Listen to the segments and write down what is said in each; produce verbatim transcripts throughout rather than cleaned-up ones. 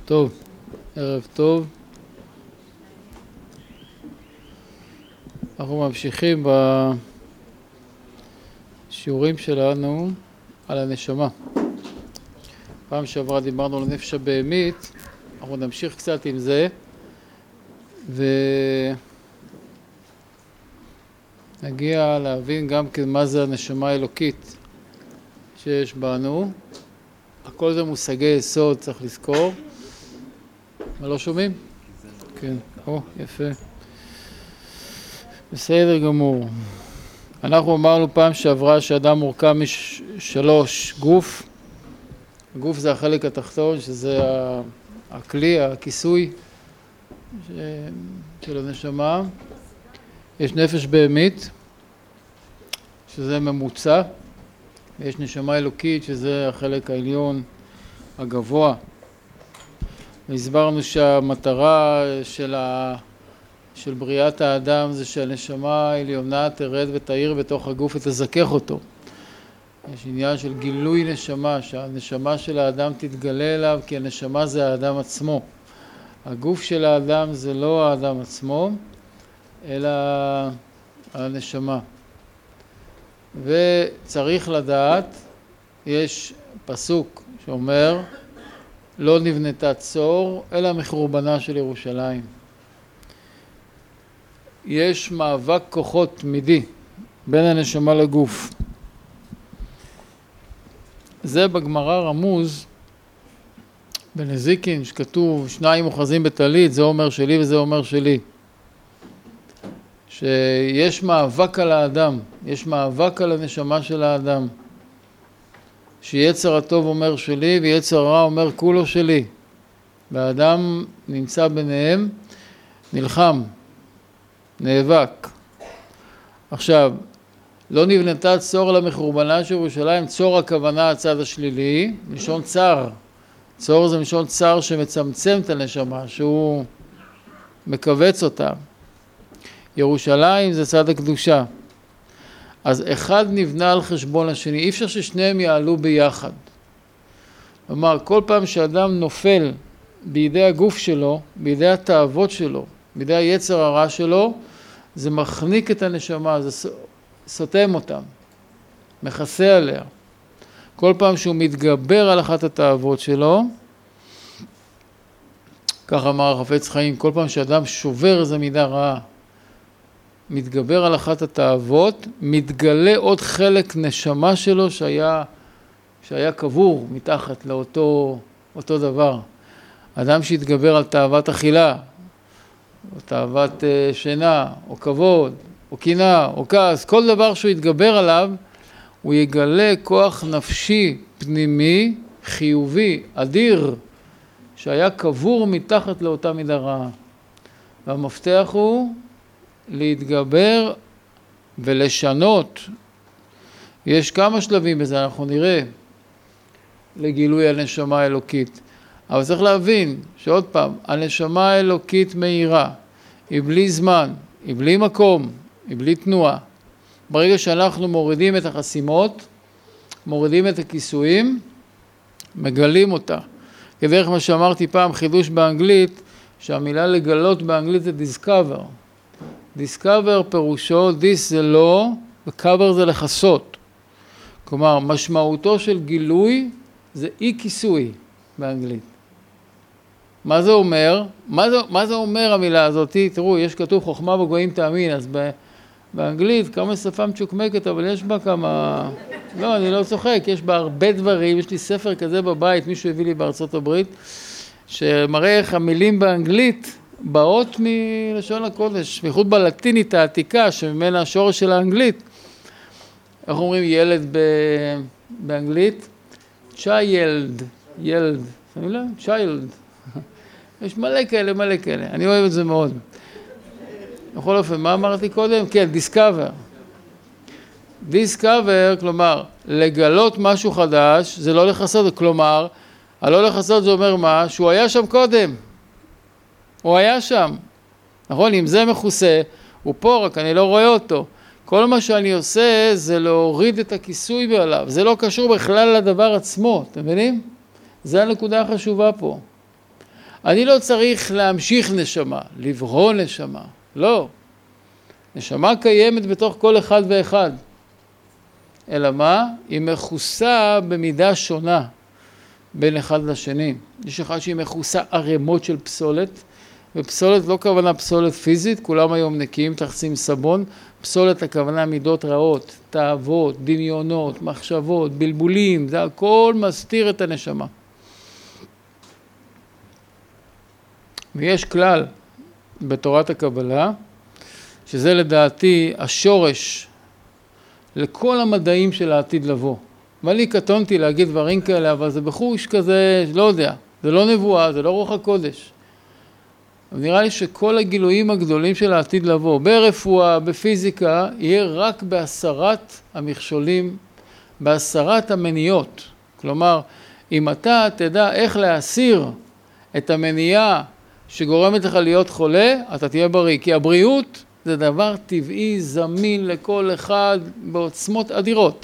טוב, ערב טוב. אנחנו ממשיכים בשיעורים שלנו על הנשמה. פעם שעברה דיברנו על הנפש הבהמית, אנחנו נמשיך קצת עם זה ונגיע להבין גם כן מה זה הנשמה האלוקית שיש בנו. הכל זה מושגי יסוד, צריך לזכור. מה, לא שומעים? כן, או, יפה. בסדר גמור. אנחנו אמרנו פעם שעברה שאדם מורכב משלוש גוף. הגוף זה החלק התחתון, שזה הכלי, הכיסוי של הנשמה. יש נפש בהמית, שזה ממוצע. יש נשמה אלוקית, שזה החלק העליון הגבוה. והסברנו שהמטרה של, ה... של בריאת האדם זה שהנשמה העליונה תרד ותאיר בתוך הגוף ותזכך אותו. יש עניין של גילוי נשמה, שהנשמה של האדם תתגלה אליו, כי הנשמה זה האדם עצמו. הגוף של האדם זה לא האדם עצמו, אלא הנשמה. וצריך לדעת, יש פסוק שאומר, לא נבנתה צור, אלא מחורבנה של ירושלים. יש מאבק כוחות תמידי בין הנשמה לגוף. זה בגמרא רמוז, בנזיקין, שכתוב, שניים אוחזים בטלית, זה אומר שלי וזה אומר שלי. שיש מאבק על האדם, יש מאבק על הנשמה של האדם. שיצר הטוב אומר שלי ויצר הרע אומר כולו שלי. והאדם נמצא ביניהם, נלחם, נאבק. עכשיו, לא נבנתה צור למחורבנה של ירושלים, צור הכוונה הצד השלילי, מלשון צר. צור זה מלשון צר שמצמצם את הנשמה, שהוא מקבץ אותה. ירושלים זה צד הקדושה. אז אחד נבנה על חשבון השני, אי אפשר ששניהם יעלו ביחד. כלומר, כל פעם שאדם נופל בידי הגוף שלו, בידי התאוות שלו, בידי היצר הרע שלו, זה מחניק את הנשמה, זה סותם אותם, מכסה עליה. כל פעם שהוא מתגבר על אחת התאוות שלו, כך אמר החפץ חיים, כל פעם שאדם שובר איזו מידה רעה, מתגבר על אחת התאוות, מתגלה עוד חלק נשמה שלו שהיה, שהיה קבור מתחת לאותו אותו דבר. אדם שהתגבר על תאוות אכילה, או תאוות שינה, או כבוד, או קינה, או כעס, כל דבר שהוא יתגבר עליו, הוא יגלה כוח נפשי פנימי, חיובי, אדיר, שהיה קבור מתחת לאותה מידה רעה. והמפתח הוא להתגבר ולשנות. יש כמה שלבים בזה, אנחנו נראה, לגילוי הנשמה האלוקית. אבל צריך להבין שעוד פעם, הנשמה האלוקית מהירה, היא בלי זמן, היא בלי מקום, היא בלי תנועה. ברגע שאנחנו מורידים את החסימות, מורידים את הכיסויים, מגלים אותה. כדרך מה שאמרתי פעם, חידוש באנגלית, שהמילה לגלות באנגלית זה discover. discover פירושו, this זה לא, ו-cover זה לחסות. כלומר, משמעותו של גילוי זה אי כיסוי באנגלית. מה זה אומר? מה זה, מה זה אומר המילה הזאת? תראו, יש כתוב חוכמה בגויים תאמין, אז באנגלית כמה שפה מצ'וקמקת, אבל יש בה כמה... לא, אני לא צוחק, יש בה הרבה דברים, יש לי ספר כזה בבית, מישהו הביא לי בארצות הברית, שמראה איך המילים באנגלית באות מלשון הקודש, בייחוד בלטינית העתיקה, שממנה השורש של האנגלית. איך אומרים ילד ב... באנגלית? child, ילד, שמים לה? child. יש מלא כאלה, מלא כאלה. אני אוהב את זה מאוד. בכל אופן, מה אמרתי קודם? כן, discover. discover, כלומר, לגלות משהו חדש, זה לא לחסות, כלומר, הלא לחסות זה אומר מה? שהוא היה שם קודם. הוא היה שם. נכון? אם זה מכוסה, הוא פה, רק אני לא רואה אותו. כל מה שאני עושה זה להוריד את הכיסוי בעליו. זה לא קשור בכלל לדבר עצמו, אתם מבינים? זה הנקודה החשובה פה. אני לא צריך להמשיך נשמה, לברוא נשמה, לא. נשמה קיימת בתוך כל אחד ואחד. אלא מה? היא מכוסה במידה שונה בין אחד לשני. יש אחד שהיא מכוסה ערימות של פסולת, ופסולת לא כוונה פסולת פיזית, כולם היום נקיים, תחסים סבון, פסולת הכוונה מידות רעות, תאוות, דמיונות, מחשבות, בלבולים, זה הכל מסתיר את הנשמה. ויש כלל בתורת הקבלה, שזה לדעתי השורש לכל המדעים של העתיד לבוא. ואני קטונתי להגיד דברים כאלה, אבל זה בחוש כזה, לא יודע, זה לא נבואה, זה לא רוח הקודש. נראה לי שכל הגילויים הגדולים של העתיד לבוא, ברפואה, בפיזיקה, יהיה רק בהסרת המכשולים, בהסרת המניעות. כלומר, אם אתה תדע איך להסיר את המניעה שגורמת לך להיות חולה, אתה תהיה בריא. כי הבריאות זה דבר טבעי, זמין לכל אחד בעוצמות אדירות.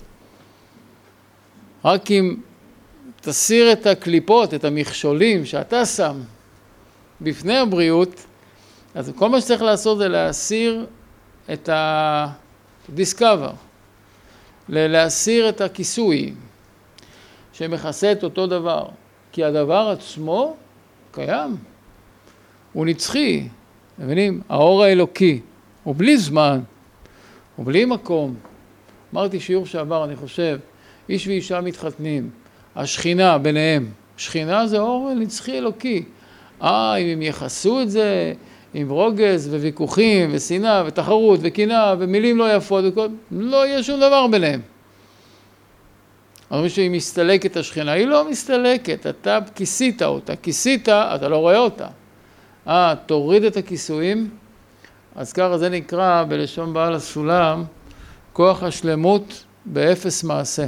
רק אם תסיר את הקליפות, את המכשולים שאתה שם בפני הבריאות, אז כל מה שצריך לעשות זה להסיר את הדיסקאבר, להסיר את הכיסוי שמכסה את אותו דבר. כי הדבר עצמו קיים, הוא נצחי, מבינים? האור האלוקי, הוא בלי זמן, הוא בלי מקום. אמרתי שיעור שעבר, אני חושב, איש ואישה מתחתנים, השכינה ביניהם, שכינה זה אור נצחי אלוקי. אה, אם הם יחסו את זה עם רוגז וויכוחים ושנאה ותחרות וקנאה ומילים לא יפות, וכל, לא יהיה שום דבר ביניהם. אומרים שהיא מסתלקת השכינה, היא לא מסתלקת, אתה כיסית אותה, כיסית, אתה לא רואה אותה. אה, תוריד את הכיסויים, אז ככה זה נקרא בלשון בעל הסולם, כוח השלמות באפס מעשה.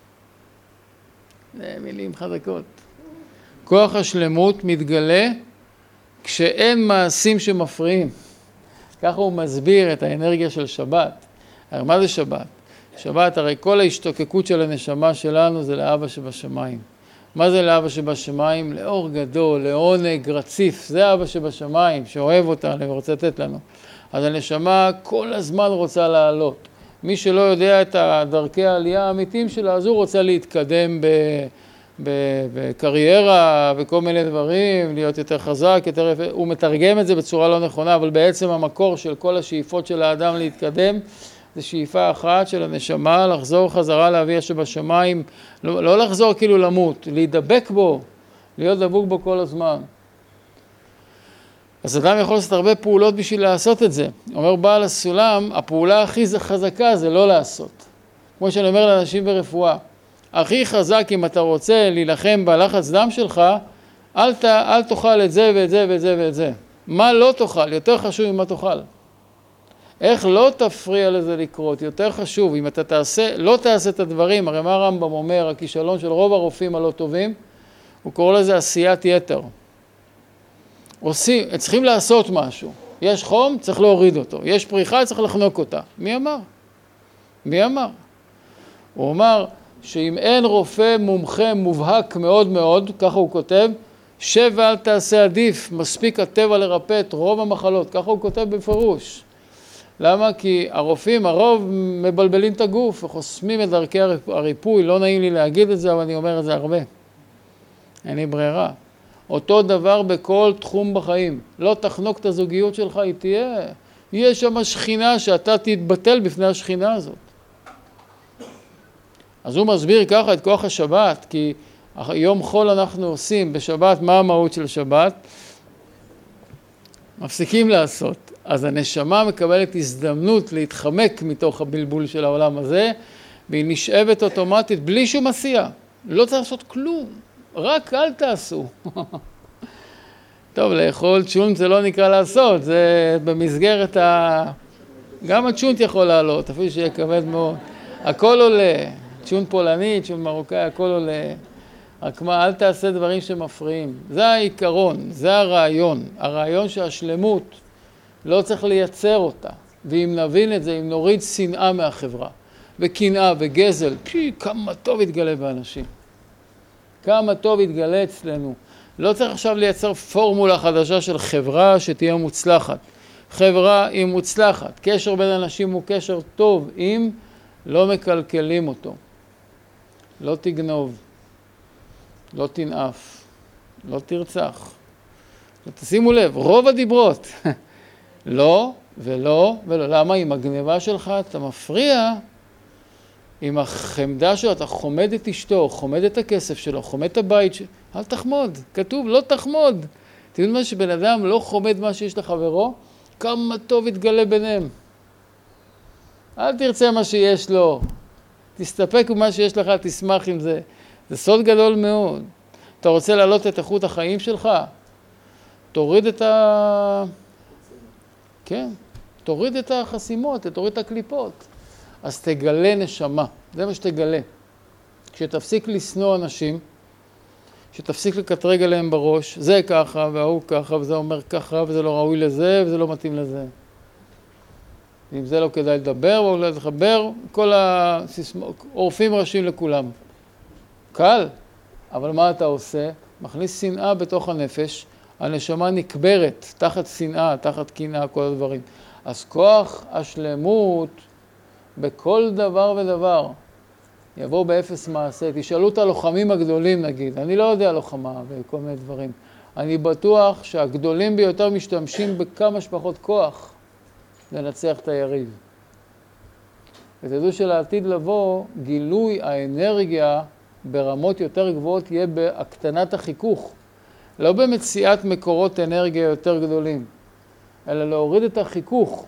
זה מילים חזקות. כוח השלמות מתגלה כשאין מעשים שמפריעים. ככה הוא מסביר את האנרגיה של שבת. הרי מה זה שבת? שבת, הרי כל ההשתוקקות של הנשמה שלנו זה לאבא שבשמיים. מה זה לאבא שבשמיים? לאור גדול, לעונג רציף. זה אבא שבשמיים שאוהב אותנו ורוצה לתת לנו. אז הנשמה כל הזמן רוצה לעלות. מי שלא יודע את דרכי העלייה האמיתיים שלה, אז הוא רוצה להתקדם ב... בקריירה וכל מיני דברים, להיות יותר חזק, יותר... הוא מתרגם את זה בצורה לא נכונה, אבל בעצם המקור של כל השאיפות של האדם להתקדם, זה שאיפה אחת של הנשמה, לחזור חזרה לאבי שבשמיים, לא, לא לחזור כאילו למות, להידבק בו, להיות דבוק בו כל הזמן. אז אדם יכול לעשות הרבה פעולות בשביל לעשות את זה. אומר בעל הסולם, הפעולה הכי חזקה זה לא לעשות. כמו שאני אומר לאנשים ברפואה, הכי חזק אם אתה רוצה להילחם בלחץ דם שלך, אל, ת, אל תאכל את זה ואת זה ואת זה ואת זה. מה לא תאכל? יותר חשוב ממה תאכל. איך לא תפריע לזה לקרות? יותר חשוב, אם אתה תעשה, לא תעשה את הדברים, הרי מה הרמב"ם אומר, הכישלון של רוב הרופאים הלא טובים, הוא קורא לזה עשיית יתר. עושים, צריכים לעשות משהו. יש חום, צריך להוריד אותו. יש פריחה, צריך לחנוק אותה. מי אמר? מי אמר? הוא אמר שאם אין רופא מומחה מובהק מאוד מאוד, ככה הוא כותב, שב ואל תעשה עדיף, מספיק הטבע לרפא את רוב המחלות. ככה הוא כותב בפירוש. למה? כי הרופאים, הרוב מבלבלים את הגוף וחוסמים את דרכי הריפוי. לא נעים לי להגיד את זה, אבל אני אומר את זה הרבה. אין לי ברירה. אותו דבר בכל תחום בחיים. לא תחנוק את הזוגיות שלך, היא תהיה. יש שם שכינה שאתה תתבטל בפני השכינה הזאת. אז הוא מסביר ככה את כוח השבת, כי יום חול אנחנו עושים בשבת, מה המהות של שבת? מפסיקים לעשות. אז הנשמה מקבלת הזדמנות להתחמק מתוך הבלבול של העולם הזה, והיא נשאבת אוטומטית בלי שום עשייה. לא צריך לעשות כלום, רק אל תעשו. טוב, לאכול צ'ונט זה לא נקרא לעשות, זה במסגרת ה... גם הצ'ונט יכול לעלות, אפילו שיהיה כבד מאוד. הכל עולה, צ'ונט פולני, צ'ונט מרוקאי, הכל עולה. רק מה, אל תעשה דברים שמפריעים. זה העיקרון, זה הרעיון. הרעיון שהשלמות לא צריך לייצר אותה. ואם נבין את זה, אם נוריד שנאה מהחברה, וקנאה וגזל, פי, כמה טוב יתגלה באנשים. כמה טוב יתגלה אצלנו. לא צריך עכשיו לייצר פורמולה חדשה של חברה שתהיה מוצלחת. חברה היא מוצלחת. קשר בין אנשים הוא קשר טוב, אם לא מקלקלים אותו. לא תגנוב, לא תנאף, לא תרצח. תשימו לב, רוב הדיברות, לא ולא ולא. למה? עם הגניבה שלך אתה מפריע, עם החמדה שלו אתה חומד את אשתו, חומד את הכסף שלו, חומד את הבית שלו. אל תחמוד, כתוב לא תחמוד. תראו מה שבן אדם לא חומד מה שיש לחברו, כמה טוב יתגלה ביניהם. אל תרצה מה שיש לו, תסתפק במה שיש לך, תשמח עם זה. זה סוד גדול מאוד. אתה רוצה להעלות את איכות החיים שלך? תוריד את ה... כן, תוריד את החסימות, תוריד את הקליפות. אז תגלה נשמה, זה מה שתגלה. כשתפסיק לשנוא אנשים, שתפסיק לקטרג עליהם בראש, זה ככה והוא ככה וזה אומר ככה וזה לא ראוי לזה וזה לא מתאים לזה. אם זה לא כדאי לדבר או לא לחבר, כל הסיסמאות, עורפים ראשים לכולם. קל, אבל מה אתה עושה? מכניס שנאה בתוך הנפש, הנשמה נקברת תחת שנאה, תחת קנאה, כל הדברים. אז כוח השלמות בכל דבר ודבר יבוא באפס מעשה. תשאלו את הלוחמים הגדולים נגיד, אני לא יודע לוחמה וכל מיני דברים. אני בטוח שהגדולים ביותר משתמשים בכמה שפחות כוח לנצח את היריב. ותדעו שלעתיד לבוא, גילוי האנרגיה ברמות יותר גבוהות יהיה בהקטנת החיכוך. לא במציאת מקורות אנרגיה יותר גדולים, אלא להוריד את החיכוך.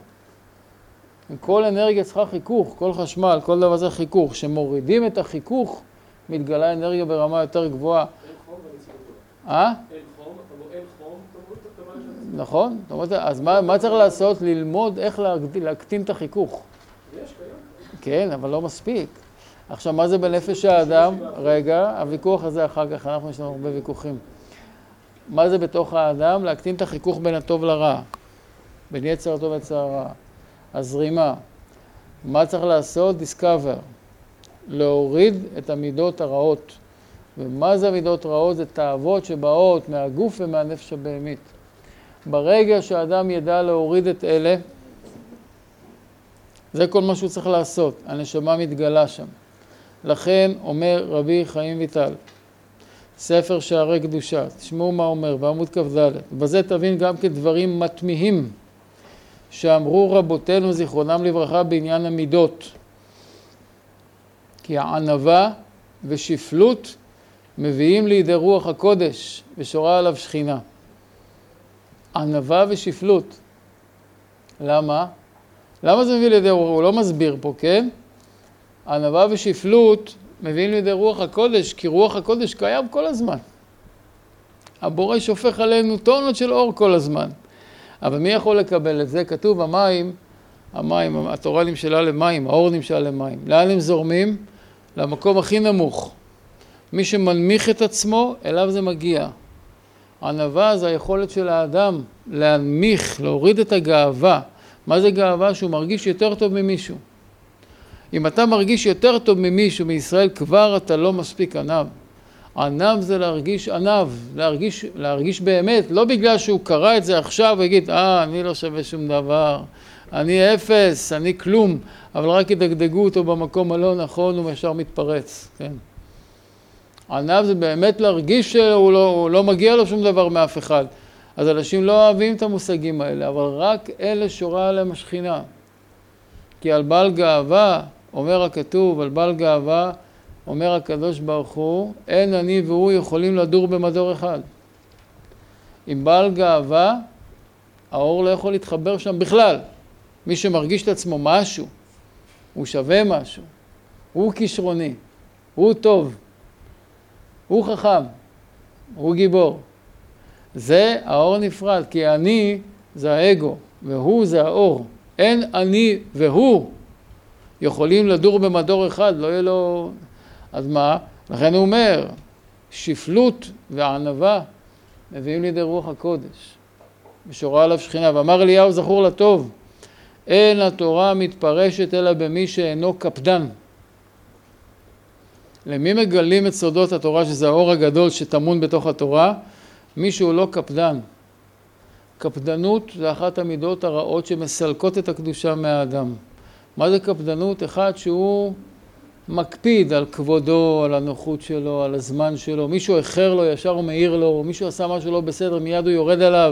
כל אנרגיה צריכה חיכוך, כל חשמל, כל דבר זה חיכוך. כשמורידים את החיכוך, מתגלה אנרגיה ברמה יותר גבוהה. אין חום בנציבות. אה? אין חום, אתה אין חום, אתה מוריד את התמונה. נכון. אז מה, מה צריך לעשות? ללמוד איך להקטין את החיכוך. יש, קיים. כן, אבל לא מספיק. עכשיו, מה זה בנפש האדם? רגע, הוויכוח הזה אחר כך, אנחנו יש לנו הרבה ויכוחים. מה זה בתוך האדם? להקטין את החיכוך בין הטוב לרע. בין יצר הטוב ויצר הרע. הזרימה. מה צריך לעשות? discover. להוריד את המידות הרעות. ומה זה המידות רעות? זה תאוות שבאות מהגוף ומהנפש הבהמית. ברגע שהאדם ידע להוריד את אלה, זה כל מה שהוא צריך לעשות. הנשמה מתגלה שם. לכן אומר רבי חיים ויטל, ספר שערי קדושה, תשמעו מה אומר, בעמוד כ"ד, בזה תבין גם כדברים מתמיהים שאמרו רבותינו זיכרונם לברכה בעניין המידות. כי הענווה ושפלות מביאים לידי רוח הקודש ושורה עליו שכינה. ענווה ושפלות. למה? למה זה מביא לידי רוח? הוא לא מסביר פה, כן? ענווה ושפלות מביאים לידי רוח הקודש, כי רוח הקודש קיים כל הזמן. הבורא שופך עלינו טונות של אור כל הזמן. אבל מי יכול לקבל את זה? כתוב המים, המים, התורה נמשלה למים, האור נמשל למים. לאן הם זורמים? למקום הכי נמוך. מי שמנמיך את עצמו, אליו זה מגיע. ענווה זה היכולת של האדם להנמיך, להוריד את הגאווה. מה זה גאווה? שהוא מרגיש יותר טוב ממישהו. אם אתה מרגיש יותר טוב ממישהו מישראל, כבר אתה לא מספיק ענב. ענב זה להרגיש ענב, להרגיש, להרגיש באמת, לא בגלל שהוא קרא את זה עכשיו ויגיד, אה, אני לא שווה שום דבר, אני אפס, אני כלום, אבל רק ידגדגו אותו במקום הלא נכון, הוא ישר מתפרץ, כן. ענב זה באמת להרגיש שהוא לא, הוא לא מגיע לו שום דבר מאף אחד. אז אנשים לא אוהבים את המושגים האלה, אבל רק אלה שורה עליהם השכינה. כי על בעל גאווה, אומר הכתוב, על בעל גאווה, אומר הקדוש ברוך הוא, אין אני והוא יכולים לדור במדור אחד. עם בעל גאווה, האור לא יכול להתחבר שם בכלל. מי שמרגיש את עצמו משהו, הוא שווה משהו, הוא כישרוני, הוא טוב, הוא חכם, הוא גיבור. זה האור נפרד, כי אני זה האגו, והוא זה האור. אין אני והוא יכולים לדור במדור אחד, לא יהיה לו... אז מה? לכן הוא אומר, שפלות וענווה מביאים לידי רוח הקודש. ושורה עליו שכינה, ואמר אליהו זכור לטוב, אין התורה מתפרשת אלא במי שאינו קפדן. למי מגלים את סודות התורה, שזה האור הגדול שטמון בתוך התורה? מישהו לא קפדן. קפדנות זה אחת המידות הרעות שמסלקות את הקדושה מהאדם. מה זה קפדנות? אחד שהוא מקפיד על כבודו, על הנוחות שלו, על הזמן שלו. מישהו אחר לו, ישר הוא מעיר לו, מישהו עשה משהו לא בסדר, מיד הוא יורד עליו.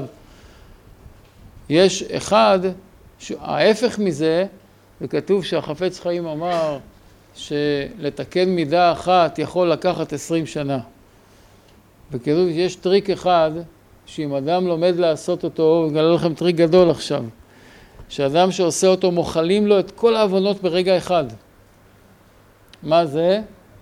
יש אחד, ההפך מזה, וכתוב שהחפץ חיים אמר שלתקן מידה אחת יכול לקחת עשרים שנה. וכתוב שיש טריק אחד, שאם אדם לומד לעשות אותו, אגלה לכם טריק גדול עכשיו, שאדם שעושה אותו מוחלים לו את כל העוונות ברגע אחד. מה זה?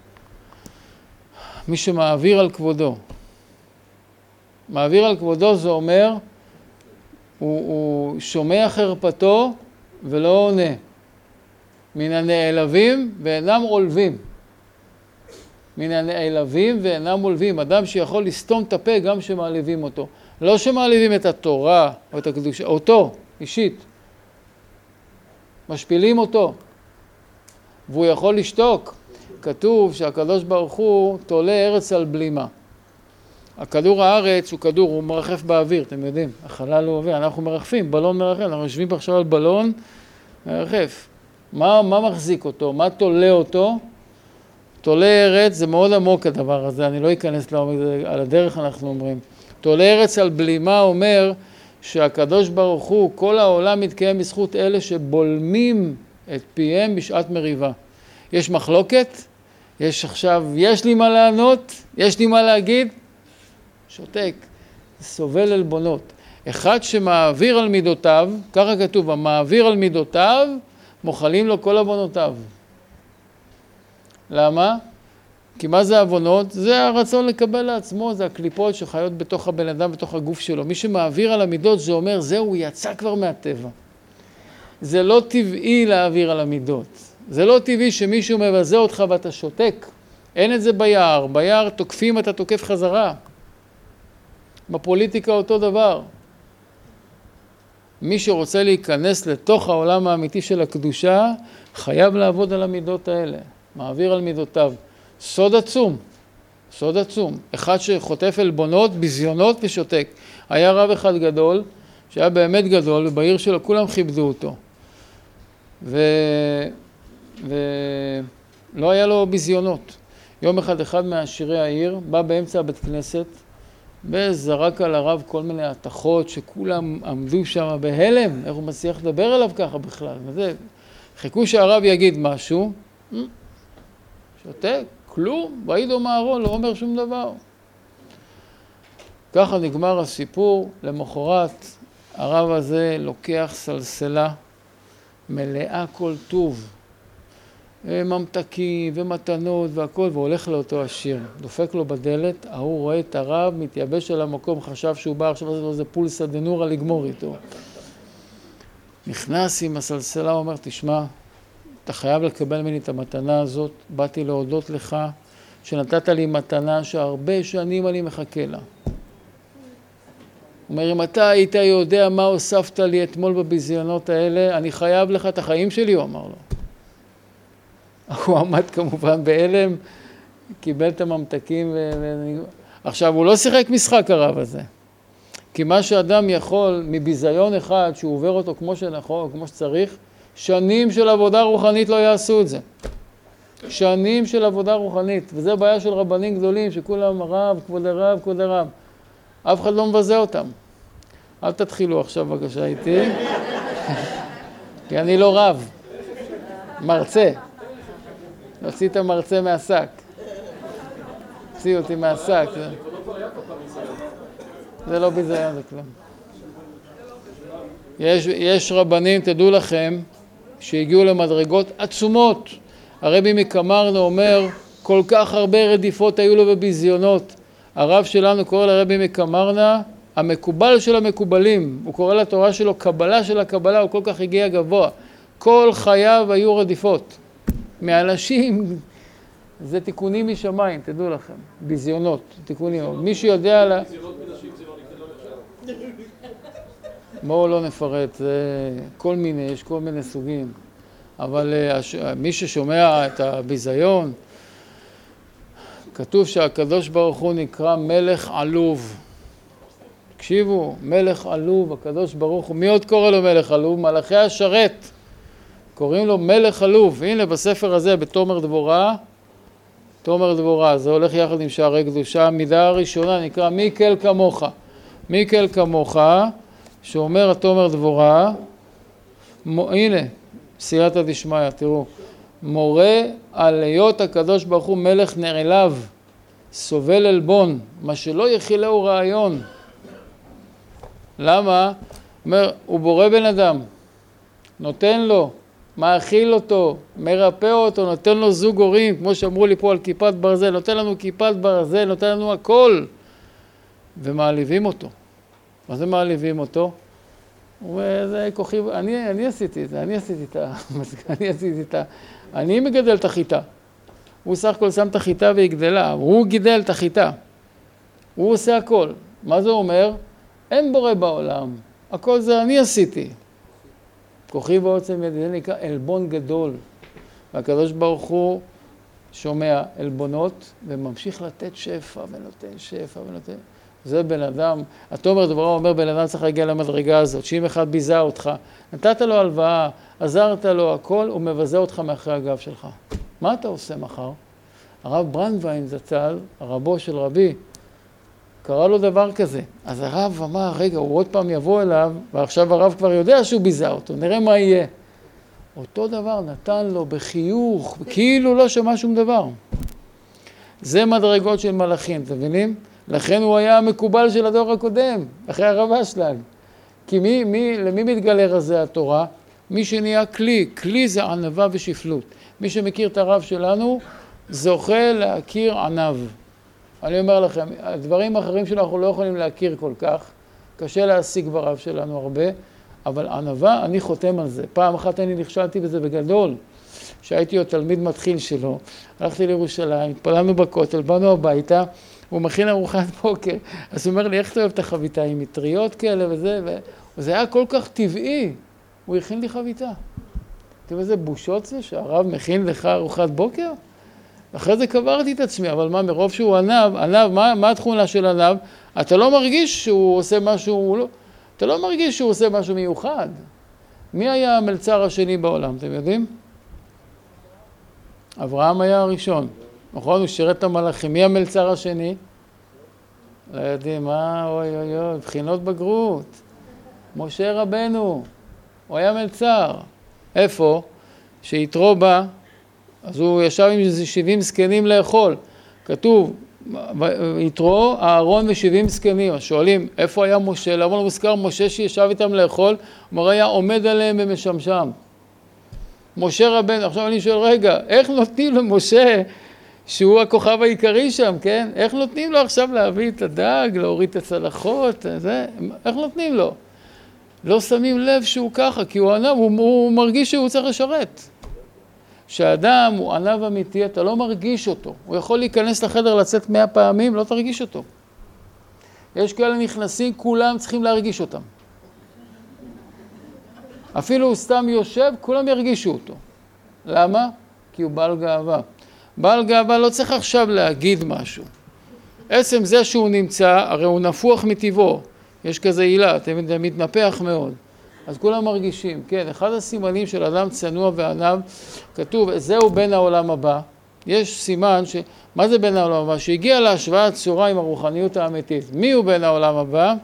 מי שמעביר על כבודו. מעביר על כבודו זה אומר, הוא, הוא שומע חרפתו ולא עונה. מן הנעלבים ואינם עולבים. מן הנעלבים ואינם עולבים. אדם שיכול לסתום את הפה גם שמעליבים אותו. לא שמעליבים את התורה או את הקדושה, אותו, אישית. משפילים אותו. והוא יכול לשתוק. כתוב שהקדוש ברוך הוא תולה ארץ על בלימה. הכדור הארץ הוא כדור, הוא מרחף באוויר, אתם יודעים. החלל הוא אוויר, אנחנו מרחפים, בלון מרחף. אנחנו יושבים עכשיו על בלון, מרחף. מה, מה מחזיק אותו? מה תולה אותו? תולה ארץ, זה מאוד עמוק הדבר הזה, אני לא אכנס לעומק, על הדרך אנחנו אומרים. תולה ארץ על בלימה אומר שהקדוש ברוך הוא, כל העולם מתקיים בזכות אלה שבולמים את פיהם בשעת מריבה. יש מחלוקת, יש עכשיו, יש לי מה לענות, יש לי מה להגיד, שותק, סובל עלבונות. אחד שמעביר על מידותיו, ככה כתוב, המעביר על מידותיו, מוחלים לו כל עוונותיו. למה? כי מה זה עוונות? זה הרצון לקבל לעצמו, זה הקליפות שחיות בתוך הבן אדם, בתוך הגוף שלו. מי שמעביר על המידות זה אומר, זהו, הוא יצא כבר מהטבע. זה לא טבעי להעביר על המידות. זה לא טבעי שמישהו מבזה אותך ואתה שותק. אין את זה ביער. ביער תוקפים, אתה תוקף חזרה. בפוליטיקה אותו דבר. מי שרוצה להיכנס לתוך העולם האמיתי של הקדושה, חייב לעבוד על המידות האלה. מעביר על מידותיו. סוד עצום. סוד עצום. אחד שחוטף עלבונות, ביזיונות ושותק. היה רב אחד גדול, שהיה באמת גדול, ובעיר שלו כולם כיבדו אותו. ו... ולא היה לו ביזיונות. יום אחד אחד מהעשירי העיר בא באמצע הבית כנסת, וזרק על הרב כל מיני התחות שכולם עמדו שם בהלם, איך הוא מצליח לדבר עליו ככה בכלל. וזה, חיכו שהרב יגיד משהו, שותק, כלום, בעידו מהארון, לא אומר שום דבר. ככה נגמר הסיפור, למחרת הרב הזה לוקח סלסלה, מלאה כל טוב, ממתקים ומתנות והכל, והולך לאותו עשיר. דופק לו בדלת, ההוא רואה את הרב, מתייבש על המקום, חשב שהוא בא, עכשיו זה איזה פולסא דנורא לגמור איתו. נכנס עם הסלסלה, הוא אומר, תשמע, אתה חייב לקבל ממני את המתנה הזאת, באתי להודות לך, שנתת לי מתנה שהרבה שנים אני מחכה לה. הוא אומר, אם אתה היית יודע מה הוספת לי אתמול בביזיונות האלה, אני חייב לך את החיים שלי, הוא אמר לו. הוא עמד כמובן בהלם, קיבל את הממתקים ו... עכשיו, הוא לא שיחק משחק הרב הזה. כי מה שאדם יכול מביזיון אחד, שהוא עובר אותו כמו שנכון, כמו שצריך, שנים של עבודה רוחנית לא יעשו את זה. שנים של עבודה רוחנית. וזה בעיה של רבנים גדולים, שכולם רב, כבוד הרב, כבוד הרב. אף אחד לא מבזה אותם. אל תתחילו עכשיו בבקשה איתי. כי אני לא רב. מרצה. נוציא את המרצה מהשק. נוציא אותי מהשק. זה, זה לא ביזיון, זה כלום. יש, יש רבנים, תדעו לכם, שהגיעו למדרגות עצומות. הרבי מקמרנה אומר, כל כך הרבה רדיפות היו לו בביזיונות. הרב שלנו קורא לרבי מקמרנה, המקובל של המקובלים. הוא קורא לתורה שלו, קבלה של הקבלה, הוא כל כך הגיע גבוה. כל חייו היו רדיפות. מאנשים, זה תיקונים משמיים, תדעו לכם. ביזיונות, תיקונים. מי שיודע על ה... ביזיונות מנשים זה לא נחשב. בואו לא נפרט, זה כל מיני, יש כל מיני סוגים. אבל מי ששומע את הביזיון, כתוב שהקדוש ברוך הוא נקרא מלך עלוב. תקשיבו, מלך עלוב, הקדוש ברוך הוא, מי עוד קורא לו מלך עלוב? מלאכי השרת. קוראים לו מלך עלוב. הנה בספר הזה, בתומר דבורה, תומר דבורה, זה הולך יחד עם שערי קדושה. המידה הראשונה נקרא מיקל כמוך. מיקל כמוך, שאומר התומר דבורה, מ... הנה, סייעתא דשמיא, תראו, מורה על היות הקדוש ברוך הוא מלך נעלב, סובל עלבון, מה שלא יכילהו רעיון. למה? אומר, הוא בורא בן אדם, נותן לו, מאכיל אותו, מרפא אותו, נותן לו זוג הורים, כמו שאמרו לי פה על כיפת ברזל, נותן לנו כיפת ברזל, נותן לנו הכל, ומעליבים אותו. מה זה מעליבים אותו? הוא אומר, זה כוחי, אני, אני עשיתי את זה, אני עשיתי את ה... אני עשיתי את ה... אני מגדל את החיטה. הוא סך הכל שם את החיטה והיא גדלה, הוא גידל את החיטה. הוא עושה הכל. מה זה אומר? אין בורא בעולם, הכל זה אני עשיתי. כוחי ועוצם ידי, זה נקרא עלבון גדול. והקדוש ברוך הוא שומע עלבונות וממשיך לתת שפע ונותן שפע ונותן. זה בן אדם, התומר דבורה אומר, בן אדם צריך להגיע למדרגה הזאת, שאם אחד ביזה אותך, נתת לו הלוואה, עזרת לו הכל, הוא מבזה אותך מאחרי הגב שלך. מה אתה עושה מחר? הרב ברנדווין זצ"ל, הרבו של רבי, קרא לו דבר כזה. אז הרב אמר, רגע, הוא עוד פעם יבוא אליו, ועכשיו הרב כבר יודע שהוא ביזה אותו, נראה מה יהיה. אותו דבר נתן לו בחיוך, כאילו לא שמע שום דבר. זה מדרגות של מלאכים, אתם מבינים? לכן הוא היה המקובל של הדור הקודם, אחרי הרב אשלג. כי מי, מי, למי מתגלה רזי התורה? מי שנהיה כלי, כלי זה ענווה ושפלות. מי שמכיר את הרב שלנו, זוכה להכיר ענב. אני אומר לכם, הדברים האחרים שלנו אנחנו לא יכולים להכיר כל כך, קשה להשיג ברב שלנו הרבה, אבל ענווה, אני חותם על זה. פעם אחת אני נכשלתי בזה בגדול, שהייתי עוד תלמיד מתחיל שלו, הלכתי לירושלים, התפללנו בכותל, באנו הביתה, הוא מכין ארוחת בוקר, אז הוא אומר לי, איך אתה אוהב את החביתה עם מטריות כאלה וזה, וזה היה כל כך טבעי, הוא הכין לי חביתה. תראו איזה בושות זה שהרב מכין לך ארוחת בוקר? אחרי זה קברתי את עצמי, אבל מה, מרוב שהוא ענב, ענב, מה, מה התכונה של ענב? אתה לא מרגיש שהוא עושה משהו, לא, אתה לא מרגיש שהוא עושה משהו מיוחד. מי היה המלצר השני בעולם, אתם יודעים? אברהם היה הראשון. נכון, הוא שירת את המלאכים. מי המלצר השני? לא יודעים, מה, אוי אוי אוי, בחינות בגרות. משה רבנו, הוא היה מלצר. איפה? שיתרו בא, אז הוא ישב עם שבעים זקנים לאכול. כתוב, יתרו, אהרון ושבעים זקנים. אז שואלים, איפה היה משה? למה לא מוזכר משה שישב איתם לאכול? הוא היה עומד עליהם ומשמשם. משה רבנו, עכשיו אני שואל, רגע, איך נותנים למשה, שהוא הכוכב העיקרי שם, כן? איך נותנים לו עכשיו להביא את הדג, להוריד את הצלחות, זה? איך נותנים לו? לא שמים לב שהוא ככה, כי הוא ענב, הוא, הוא מרגיש שהוא צריך לשרת. כשאדם הוא ענב אמיתי, אתה לא מרגיש אותו. הוא יכול להיכנס לחדר, לצאת מאה פעמים, לא תרגיש אותו. יש כאלה נכנסים, כולם צריכים להרגיש אותם. אפילו הוא סתם יושב, כולם ירגישו אותו. למה? כי הוא בעל גאווה. בעל גאווה לא צריך עכשיו להגיד משהו. עצם זה שהוא נמצא, הרי הוא נפוח מטבעו. יש כזה עילה, אתם מתנפח מאוד. אז כולם מרגישים, כן, אחד הסימנים של אדם צנוע וענב, כתוב, זהו בן העולם הבא. יש סימן ש... מה זה בן העולם הבא? שהגיע להשוואה צורה עם הרוחניות האמיתית. מי הוא בן העולם הבא?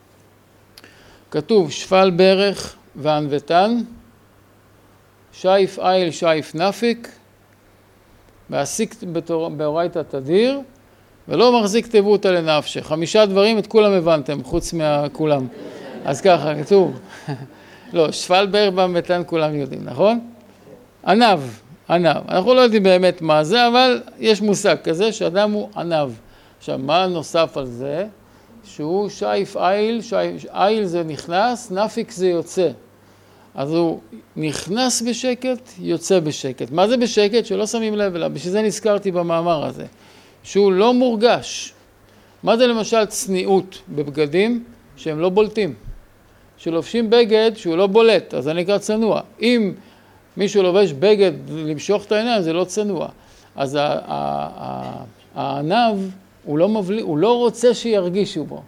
כתוב, שפל ברך וענוותן, שייף איל שייף נפיק, מעסיק באורייתא תדיר, ולא מחזיק תיבותא לנפשך. חמישה דברים, את כולם הבנתם, חוץ מכולם. אז ככה, כתוב. לא, שפל ברך וענוותן כולם יודעים, נכון? ענב, ענב. אנחנו לא יודעים באמת מה זה, אבל יש מושג כזה שאדם הוא ענב. עכשיו, מה נוסף על זה? שהוא שייף איל, שייף, איל זה נכנס, נפיק זה יוצא. אז הוא נכנס בשקט, יוצא בשקט. מה זה בשקט? שלא שמים לב אליו. בשביל זה נזכרתי במאמר הזה. שהוא לא מורגש. מה זה למשל צניעות בבגדים? שהם לא בולטים. שלובשים בגד שהוא לא בולט, אז זה נקרא צנוע. אם מישהו לובש בגד למשוך את העיניים, זה לא צנוע. אז הענב, הוא לא מבליט, הוא לא רוצה שירגישו בו.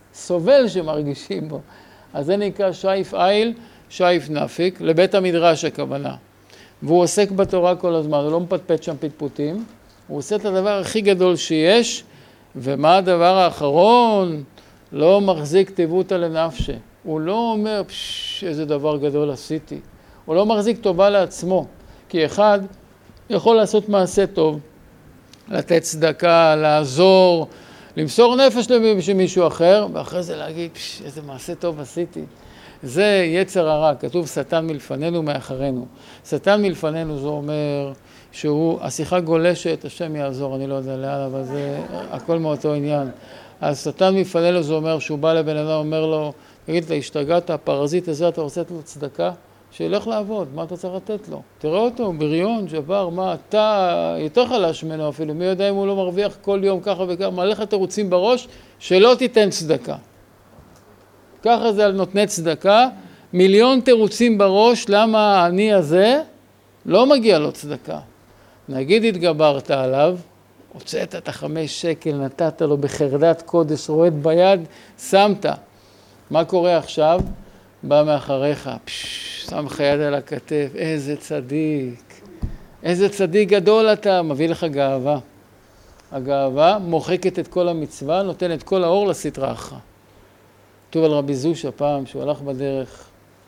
סובל שמרגישים בו. אז זה נקרא שייף איל, שייף נפיק, לבית המדרש הכוונה. והוא עוסק בתורה כל הזמן, הוא לא מפטפט שם פטפוטים, הוא עושה את הדבר הכי גדול שיש, ומה הדבר האחרון? לא מחזיק תיבותא לנפשי. הוא לא אומר, פש, איזה דבר גדול עשיתי. הוא לא מחזיק טובה לעצמו, כי אחד יכול לעשות מעשה טוב, לתת צדקה, לעזור, למסור נפש למישהו אחר, ואחרי זה להגיד, פש, איזה מעשה טוב עשיתי. זה יצר הרע, כתוב שטן מלפנינו מאחרינו. שטן מלפנינו זה אומר שהוא, השיחה גולשת, השם יעזור, אני לא יודע לאן, אבל זה הכל מאותו עניין. אז שטן מלפנינו זה אומר שהוא בא לבן אדם, אומר לו, תגיד, אתה השתגעת, הפרזיט הזה, אתה רוצה לתת לו צדקה? שילך לעבוד, מה אתה צריך לתת לו? תראה אותו, בריון, ג'בר, מה אתה יותר חלש ממנו אפילו, מי יודע אם הוא לא מרוויח כל יום ככה וככה, מלא לך תירוצים בראש, שלא תיתן צדקה. ככה זה על נותני צדקה, מיליון תירוצים בראש, למה העני הזה לא מגיע לו צדקה. נגיד התגברת עליו, הוצאת את החמש שקל, נתת לו בחרדת קודש, רועד ביד, שמת. מה קורה עכשיו? בא מאחריך, פש, שם לך יד על הכתף, איזה צדיק, איזה צדיק גדול אתה, מביא לך גאווה. הגאווה מוחקת את כל המצווה, נותן את כל האור לסטרא אחרא. כתוב על רבי זושה פעם, שהוא הלך בדרך,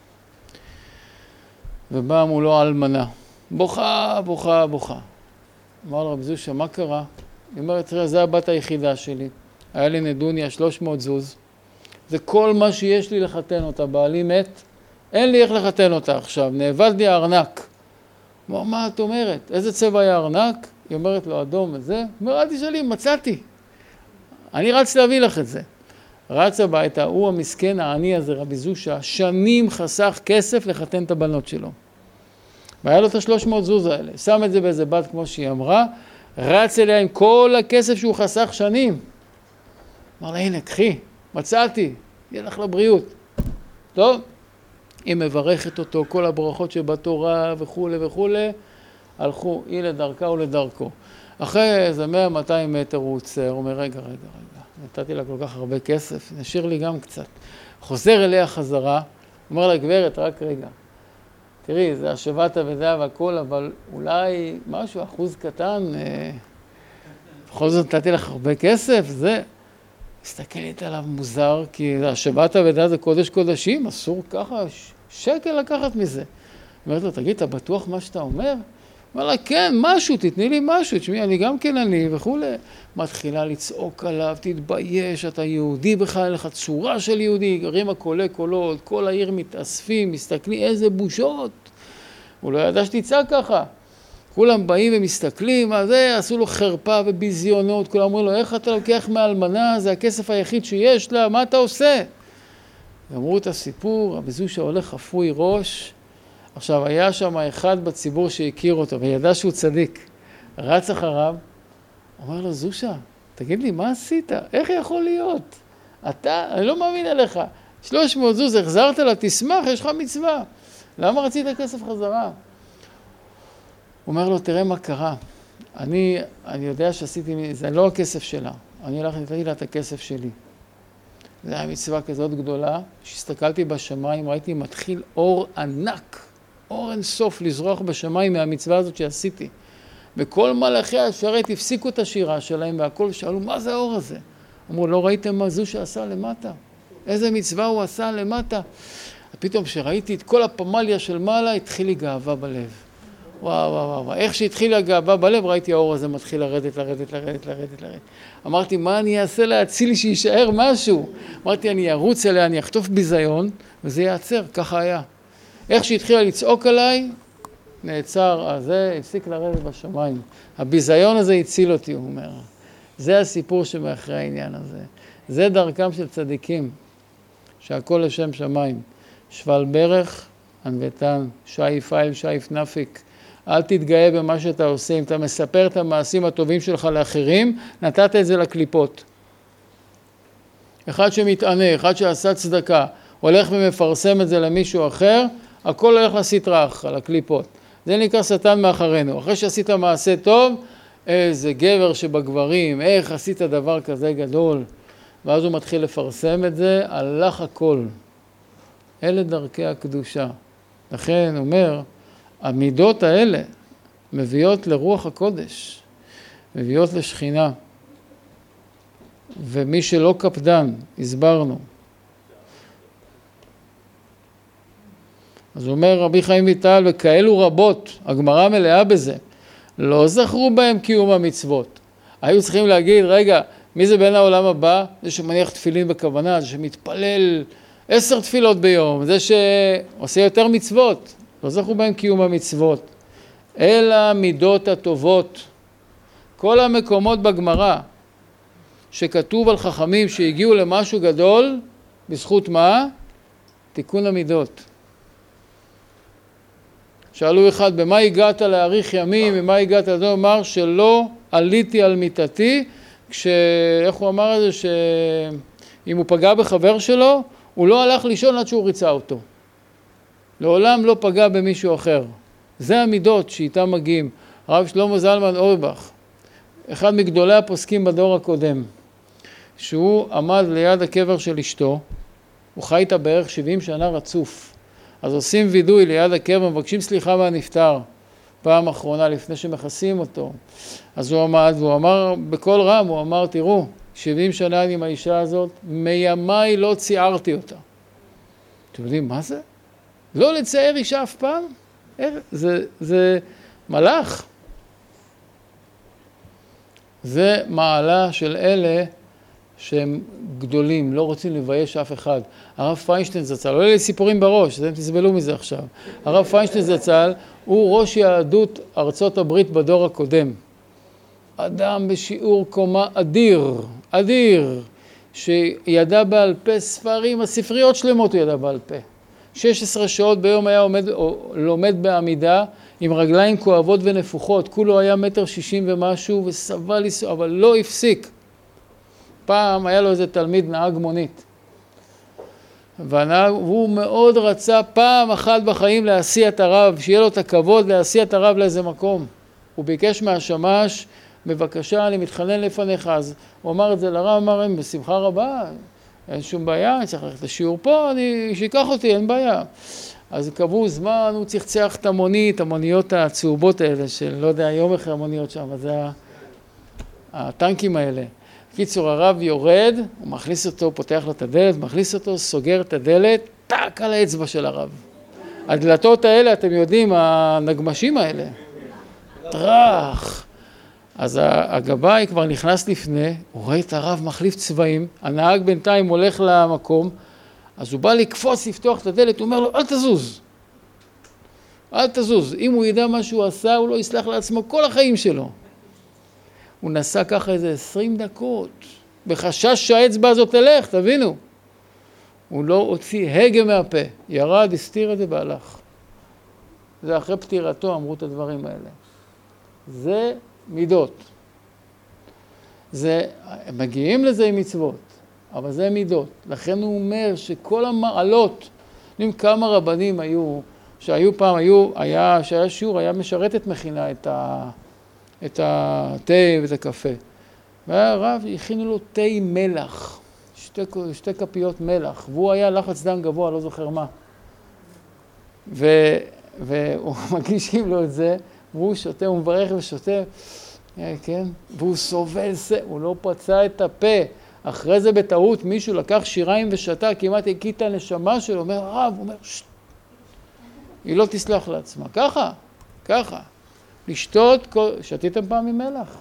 ובא מולו אלמנה, בוכה, בוכה, בוכה. אמר לרבי זושה, מה קרה? היא אומרת, תראה, זה הבת היחידה שלי, היה לי נדוניה, שלוש מאות זוז, זה כל מה שיש לי לחתן אותה, בעלי מת, אין לי איך לחתן אותה עכשיו, נאבד לי הארנק. הוא אומר, מה את אומרת? איזה צבע היה הארנק? היא אומרת לו, אדום וזה. הוא אומר, אל תשאלי, מצאתי. אני רץ להביא לך את זה. רץ הביתה, הוא המסכן העני הזה, רבי זושה, שנים חסך כסף לחתן את הבנות שלו. והיה לו את השלוש מאות זוז האלה, שם את זה באיזה בת כמו שהיא אמרה, רץ אליה עם כל הכסף שהוא חסך שנים. אמר לה, הנה, קחי, מצאתי, יהיה לך לבריאות. טוב, היא מברכת אותו, כל הברכות שבתורה וכו' וכו', הלכו, היא לדרכה ולדרכו. אחרי איזה מאה מאתיים מטר הוא עוצר, הוא אומר, רגע, רגע, רגע, נתתי לה כל כך הרבה כסף, נשאיר לי גם קצת. חוזר אליה חזרה, אומר לה, גברת, רק רגע. תראי, זה השבת אבדה והכל, אבל אולי משהו, אחוז קטן, אה, בכל זאת נתתי לך הרבה כסף, זה... מסתכלת עליו מוזר, כי השבת אבדה זה קודש קודשים, אסור ככה, שקל לקחת מזה. אומרת לו, תגיד, אתה בטוח מה שאתה אומר? אומר לה, כן, משהו, תתני לי משהו, תשמעי, אני גם כן אני וכו'. מתחילה לצעוק עליו, תתבייש, אתה יהודי בכלל, אין לך צורה של יהודי, גרים הקולה קולות, כל העיר מתאספים, מסתכלים, איזה בושות. הוא לא ידע שתצעק ככה. כולם באים ומסתכלים, מה זה, עשו לו חרפה וביזיונות, כולם אומרים לו, איך אתה לוקח מאלמנה, זה הכסף היחיד שיש לה, מה אתה עושה? אמרו את הסיפור, רבי זושה הולך חפוי ראש, עכשיו היה שם אחד בציבור שהכיר אותו, וידע שהוא צדיק, רץ אחריו, אומר לו, זושה, תגיד לי, מה עשית? איך יכול להיות? אתה, אני לא מאמין עליך, שלוש מאות זוז, החזרת לה, תשמח, יש לך מצווה. למה רצית כסף חזרה? הוא אומר לו, תראה מה קרה. אני, אני יודע שעשיתי, זה לא הכסף שלה. אני הלכתי, נתתי לה את הכסף שלי. זו הייתה מצווה כזאת גדולה, שהסתכלתי בשמיים, ראיתי מתחיל אור ענק, אור אינסוף לזרוח בשמיים מהמצווה הזאת שעשיתי. וכל מלאכי השרת הפסיקו את השירה שלהם, והכל שאלו, מה זה האור הזה? אמרו, לא ראיתם מה זו שעשה למטה? איזה מצווה הוא עשה למטה? פתאום שראיתי את כל הפמליה של מעלה, התחיל לי גאווה בלב. וואו, וואו, וואו, איך שהתחילה הגאווה בלב, ראיתי האור הזה מתחיל לרדת, לרדת, לרדת, לרדת, לרדת. אמרתי, מה אני אעשה להציל שישאר משהו? אמרתי, אני ארוץ אליה, אני אחטוף ביזיון, וזה יעצר, ככה היה. איך שהתחילה לצעוק עליי, נעצר, אז זה הפסיק לרדת בשמיים. הביזיון הזה הציל אותי, הוא אומר. זה הסיפור שמאחרי העניין הזה. זה דרכם של צדיקים, שהכל לשם שמיים. שבל ברך, ענוותן, שייף איל, שייף נפיק. אל תתגאה במה שאתה עושה, אם אתה מספר את המעשים הטובים שלך לאחרים, נתת את זה לקליפות. אחד שמתענה, אחד שעשה צדקה, הולך ומפרסם את זה למישהו אחר, הכל הולך לסטרא אחרא, לקליפות. זה נקרא שטן מאחרינו. אחרי שעשית מעשה טוב, איזה גבר שבגברים, איך עשית דבר כזה גדול. ואז הוא מתחיל לפרסם את זה, הלך הכל. אלה דרכי הקדושה. לכן הוא אומר, המידות האלה מביאות לרוח הקודש, מביאות לשכינה. ומי שלא קפדן, הסברנו. אז הוא אומר רבי חיים ויטל, וכאלו רבות, הגמרא מלאה בזה, לא זכרו בהם קיום המצוות. היו צריכים להגיד, רגע, מי זה בן העולם הבא? זה שמניח תפילין בכוונה, זה שמתפלל עשר תפילות ביום, זה שעושה יותר מצוות. לא זכרו בהם קיום המצוות. אלא מידות הטובות. כל המקומות בגמרא שכתוב על חכמים שהגיעו למשהו גדול, בזכות מה? תיקון המידות. שאלו אחד, במה הגעת להאריך ימים, במה הגעת לדבר, הוא אמר שלא עליתי על מיטתי, כש... איך הוא אמר את זה, שאם הוא פגע בחבר שלו, הוא לא הלך לישון עד שהוא ריצה אותו. לעולם לא פגע במישהו אחר. זה המידות שאיתם מגיעים. הרב שלמה זלמן אוירבך, אחד מגדולי הפוסקים בדור הקודם, שהוא עמד ליד הקבר של אשתו, הוא חי איתה בערך שבעים שנה רצוף. אז עושים וידוי ליד הקבר, מבקשים סליחה מהנפטר, פעם אחרונה לפני שמכסים אותו. אז הוא עמד, והוא אמר בכל רם, הוא אמר, תראו, שבעים שנה עם האישה הזאת, מימיי לא ציערתי אותה. אתם יודעים מה זה? לא לצייר אישה אף פעם? זה, זה מלאך. זה מעלה של אלה שהם גדולים, לא רוצים לבייש אף אחד. הרב פיינשטיין זצ"ל, לא יהיה לי סיפורים בראש, אתם תסבלו מזה עכשיו. הרב פיינשטיין זצ"ל הוא ראש יהדות ארצות הברית בדור הקודם. אדם בשיעור קומה אדיר, אדיר, שידע בעל פה ספרים, הספריות שלמות הוא ידע בעל פה. שש עשרה שעות ביום היה עומד, או, לומד בעמידה עם רגליים כואבות ונפוחות, כולו היה מטר שישים ומשהו וסבל, אבל לא הפסיק. פעם היה לו איזה תלמיד נהג מונית, והנהג, והוא מאוד רצה פעם אחת בחיים להסיע את הרב, שיהיה לו את הכבוד להסיע את הרב לאיזה מקום. הוא ביקש מהשמש, בבקשה, אני מתחנן לפניך. אז הוא אמר את זה לרב, אמר, בשמחה רבה, אין שום בעיה, אני צריך ללכת לשיעור פה, אני, שיקח אותי, אין בעיה. אז קבעו זמן, הוא צחצח את המונית, המוניות הצהובות האלה, של לא יודע, יום אחרי המוניות שם, זה הטנקים האלה. קיצור, הרב יורד, הוא מכניס אותו, פותח לו את הדלת, מכניס אותו, סוגר את הדלת, טק על האצבע של הרב. הדלתות האלה, אתם יודעים, הנגמשים האלה, טרח. אז הגבאי כבר נכנס לפני, הוא רואה את הרב מחליף צבעים, הנהג בינתיים הולך למקום, אז הוא בא לקפוץ, לפתוח את הדלת, הוא אומר לו, אל תזוז. אל תזוז. אם הוא ידע מה שהוא עשה, הוא לא יסלח לעצמו כל החיים שלו. הוא נסע ככה איזה עשרים דקות, בחשש שהאצבע הזאת תלך, תבינו. הוא לא הוציא הגה מהפה, ירד, הסתיר את זה והלך. זה אחרי פטירתו אמרו את הדברים האלה. זה מידות. זה, הם מגיעים לזה עם מצוות, אבל זה מידות. לכן הוא אומר שכל המעלות, יודעים כמה רבנים היו, שהיו פעם, היו, היה, שהיה שיעור, היה משרתת מכינה את ה... את התה ואת הקפה. והרב הכינו לו תה מלח, שתי, שתי כפיות מלח, והוא היה לחץ דם גבוה, לא זוכר מה. ו, והוא מגישים לו את זה, והוא שותה, הוא מברך ושותה, כן? והוא סובל, הוא לא פצע את הפה. אחרי זה בטעות מישהו לקח שיריים ושתה, כמעט הקיא את הנשמה שלו, אומר הרב, הוא אומר, שט. היא לא תסלח לעצמה. ככה, ככה. לשתות, שתיתם פעם עם מלח?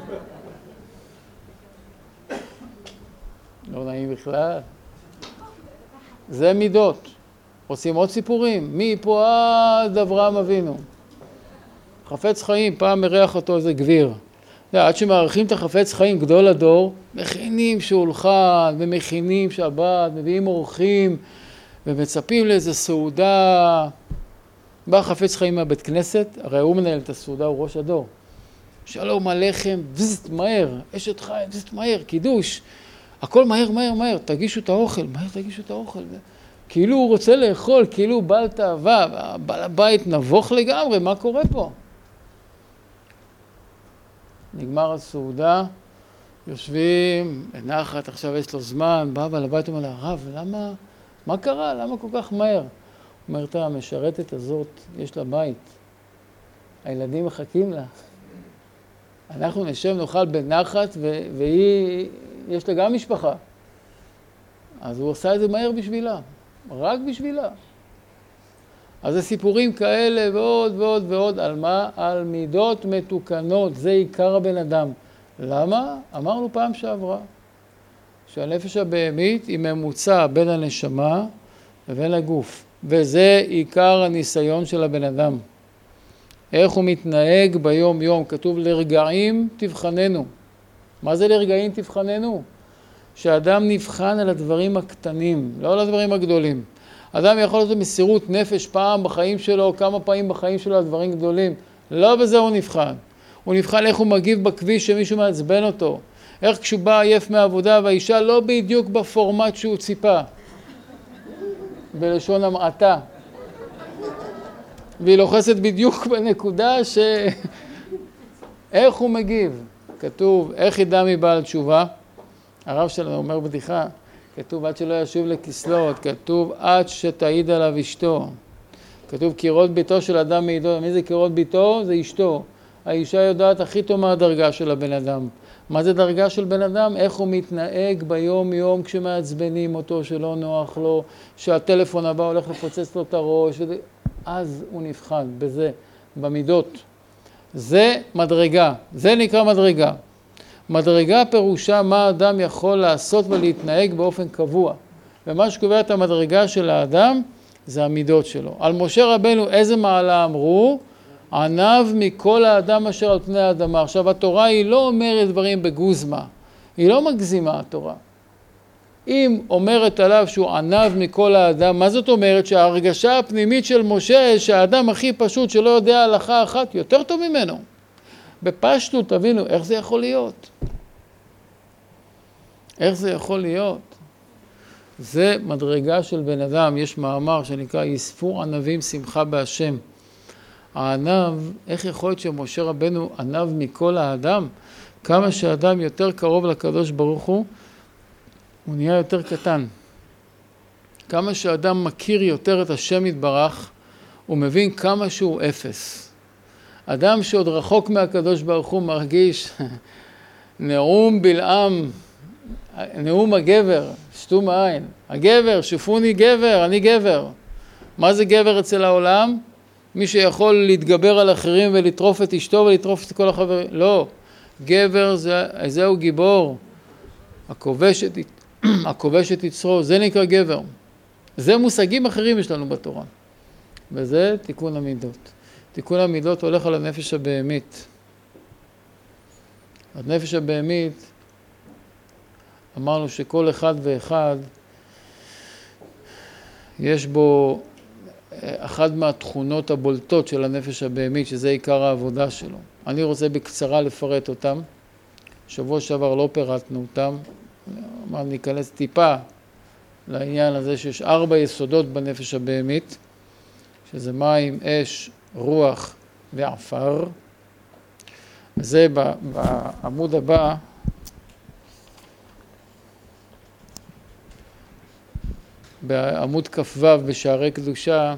לא נעים בכלל. זה מידות. רוצים עוד סיפורים? מפה עד אברהם אבינו. חפץ חיים, פעם מריח אותו איזה גביר. עד שמערכים את החפץ חיים, גדול הדור, מכינים שולחן, ומכינים שבת, מביאים אורחים, ומצפים לאיזה סעודה. בא חפץ חיים מהבית כנסת, הרי הוא מנהל את הסעודה, הוא ראש הדור. שלום הלחם, בזט מהר, אשת חיים, בזט מהר, קידוש. הכל מהר, מהר, מהר, תגישו את האוכל, מהר תגישו את האוכל. כאילו הוא רוצה לאכול, כאילו הוא בעל תאווה, בעל הבית נבוך לגמרי, מה קורה פה? נגמר הסעודה, יושבים, בנחת, עכשיו יש לו זמן, בא בעל הבית אומר לה, הרב, למה, מה קרה? למה כל כך מהר? אומרת, המשרתת הזאת, יש לה בית. הילדים מחכים לה. אנחנו נשב, נאכל בנחת, ו- והיא, יש לה גם משפחה. אז הוא עושה את זה מהר בשבילה, רק בשבילה. אז זה סיפורים כאלה ועוד ועוד ועוד, על מה? על מידות מתוקנות, זה עיקר הבן אדם. למה? אמרנו פעם שעברה, שהנפש הבהמית היא ממוצע בין הנשמה לבין הגוף, וזה עיקר הניסיון של הבן אדם. איך הוא מתנהג ביום יום, כתוב לרגעים תבחננו. מה זה לרגעים תבחננו? שאדם נבחן על הדברים הקטנים, לא על הדברים הגדולים. אדם יכול להיות מסירות נפש פעם בחיים שלו, כמה פעמים בחיים שלו על דברים גדולים. לא בזה הוא נבחן. הוא נבחן איך הוא מגיב בכביש שמישהו מעצבן אותו. איך כשהוא בא עייף מהעבודה והאישה לא בדיוק בפורמט שהוא ציפה. בלשון המעטה. והיא לוחסת בדיוק בנקודה ש... איך הוא מגיב? כתוב, איך ידע מבעל תשובה? הרב שלנו אומר בדיחה, כתוב עד שלא ישוב לכסלות, כתוב עד שתעיד עליו אשתו. כתוב קירות ביתו של אדם מעידו, מי זה קירות ביתו? זה אשתו. האישה יודעת הכי טוב מה הדרגה של הבן אדם. מה זה דרגה של בן אדם? איך הוא מתנהג ביום יום כשמעצבנים אותו, שלא נוח לו, שהטלפון הבא הולך לפוצץ לו את הראש, אז הוא נבחן בזה, במידות. זה מדרגה, זה נקרא מדרגה. מדרגה פירושה מה האדם יכול לעשות ולהתנהג באופן קבוע. ומה שקובע את המדרגה של האדם זה המידות שלו. על משה רבנו איזה מעלה אמרו? עניו מכל האדם אשר על פני האדמה. עכשיו התורה היא לא אומרת דברים בגוזמה, היא לא מגזימה התורה. אם אומרת עליו שהוא עניו מכל האדם, מה זאת אומרת? שההרגשה הפנימית של משה שהאדם הכי פשוט שלא יודע הלכה אחת יותר טוב ממנו. בפשטות תבינו איך זה יכול להיות. איך זה יכול להיות? זה מדרגה של בן אדם. יש מאמר שנקרא יספור ענבים שמחה בהשם. הענב, איך יכול להיות שמשה רבנו ענב מכל האדם? כמה שהאדם יותר קרוב לקדוש ברוך הוא, הוא נהיה יותר קטן. כמה שהאדם מכיר יותר את השם יתברך, הוא מבין כמה שהוא אפס. אדם שעוד רחוק מהקדוש ברוך הוא מרגיש נאום בלעם, נאום הגבר, שתו מעין. הגבר, שופוני גבר, אני גבר. מה זה גבר אצל העולם? מי שיכול להתגבר על אחרים ולטרוף את אשתו ולטרוף את כל החברים. לא, גבר זה, זהו גיבור. הכובש את, הכובש את יצרו, זה נקרא גבר. זה מושגים אחרים יש לנו בתורה. וזה תיקון המידות. תיקון המידות הולך על הנפש הבהמית. הנפש הבהמית, אמרנו שכל אחד ואחד יש בו אחת מהתכונות הבולטות של הנפש הבהמית, שזה עיקר העבודה שלו. אני רוצה בקצרה לפרט אותם. שבוע שעבר לא פירטנו אותם. אמרנו ניכנס טיפה לעניין הזה שיש ארבע יסודות בנפש הבהמית, שזה מים, אש, רוח ועפר. זה בעמוד הבא. בעמוד כ"ו בשערי קדושה,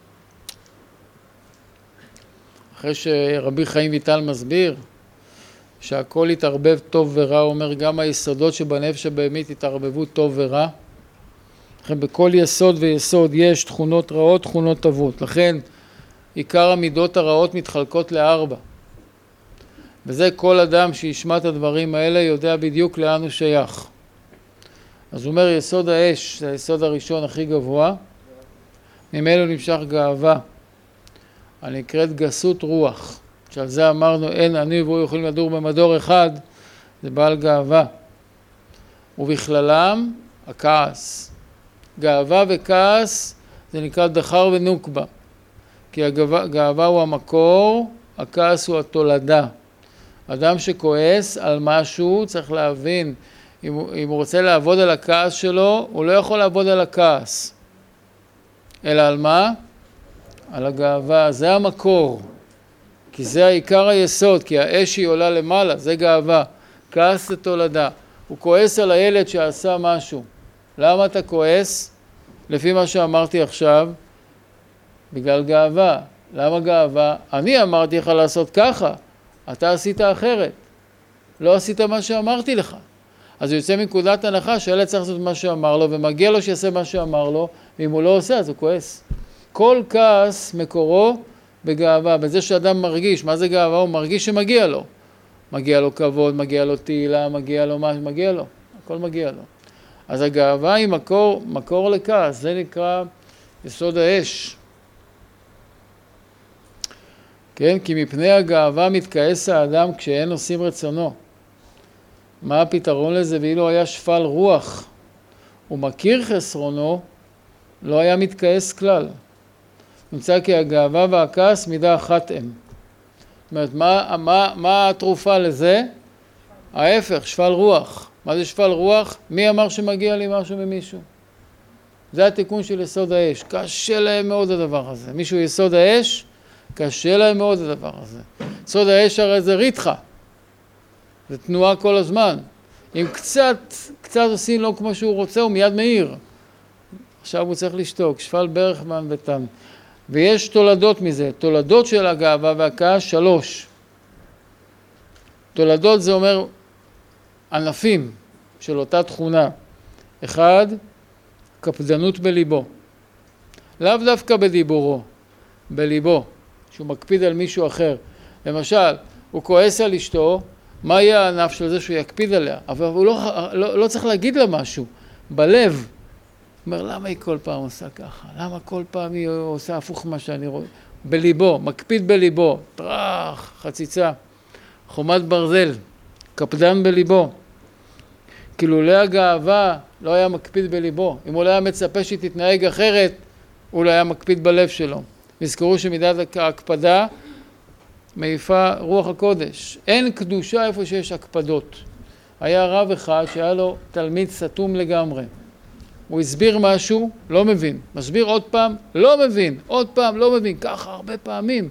אחרי שרבי חיים ויטל מסביר שהכל יתערבב טוב ורע, הוא אומר גם היסודות שבנפש הבהמית יתערבבו טוב ורע. לכן בכל יסוד ויסוד יש תכונות רעות, תכונות טובות. לכן עיקר המידות הרעות מתחלקות לארבע. וזה כל אדם שישמע את הדברים האלה יודע בדיוק לאן הוא שייך. אז הוא אומר יסוד האש, זה היסוד הראשון הכי גבוה, ממנו נמשך גאווה, הנקראת גסות רוח, שעל זה אמרנו אין אני והוא יכולים לדור במדור אחד, זה בעל גאווה, ובכללם הכעס. גאווה וכעס זה נקרא דחר ונוקבה, כי הגאווה הוא המקור, הכעס הוא התולדה. אדם שכועס על משהו צריך להבין, אם הוא, אם הוא רוצה לעבוד על הכעס שלו, הוא לא יכול לעבוד על הכעס. אלא על מה? על הגאווה. זה המקור. כי זה העיקר היסוד, כי האש היא עולה למעלה, זה גאווה. כעס זה תולדה. הוא כועס על הילד שעשה משהו. למה אתה כועס? לפי מה שאמרתי עכשיו, בגלל גאווה. למה גאווה? אני אמרתי לך לעשות ככה, אתה עשית אחרת. לא עשית מה שאמרתי לך. אז הוא יוצא מנקודת הנחה שהילד צריך לעשות מה שאמר לו, ומגיע לו שיעשה מה שאמר לו, ואם הוא לא עושה אז הוא כועס. כל כעס מקורו בגאווה, בזה שאדם מרגיש, מה זה גאווה? הוא מרגיש שמגיע לו. מגיע לו כבוד, מגיע לו תהילה, מגיע לו מה שמגיע לו, הכל מגיע לו. אז הגאווה היא מקור, מקור לכעס, זה נקרא יסוד האש. כן, כי מפני הגאווה מתכעס האדם כשאין עושים רצונו. מה הפתרון לזה? ואילו היה שפל רוח ומכיר חסרונו, לא היה מתכעס כלל. נמצא כי הגאווה והכעס מידה אחת הם. זאת אומרת, מה, מה, מה התרופה לזה? ההפך, שפל רוח. מה זה שפל רוח? מי אמר שמגיע לי משהו ממישהו? זה התיקון של יסוד האש. קשה להם מאוד הדבר הזה. מישהו יסוד האש, קשה להם מאוד הדבר הזה. יסוד האש הרי זה ריתחה. זה תנועה כל הזמן. אם קצת, קצת עושים לו כמו שהוא רוצה, הוא מיד מהיר. עכשיו הוא צריך לשתוק, שפל ברכמן ותן. ויש תולדות מזה. תולדות של הגאווה והכעס, שלוש. תולדות זה אומר ענפים של אותה תכונה. אחד, קפדנות בליבו. לאו דווקא בדיבורו, בליבו, שהוא מקפיד על מישהו אחר. למשל, הוא כועס על אשתו, מה יהיה הענף של זה שהוא יקפיד עליה? אבל הוא לא, לא, לא צריך להגיד לה משהו. בלב, אומר, למה היא כל פעם עושה ככה? למה כל פעם היא עושה הפוך מה שאני רואה? בליבו, מקפיד בליבו, טרח, חציצה, חומת ברזל, קפדן בליבו. כאילו לא הגאווה לא היה מקפיד בליבו. אם הוא לא היה מצפה שהיא תתנהג אחרת, הוא לא היה מקפיד בלב שלו. נזכרו שמידת ההקפדה מעיפה רוח הקודש. אין קדושה איפה שיש הקפדות. היה רב אחד שהיה לו תלמיד סתום לגמרי. הוא הסביר משהו, לא מבין. מסביר עוד פעם, לא מבין. עוד פעם, לא מבין. ככה הרבה פעמים.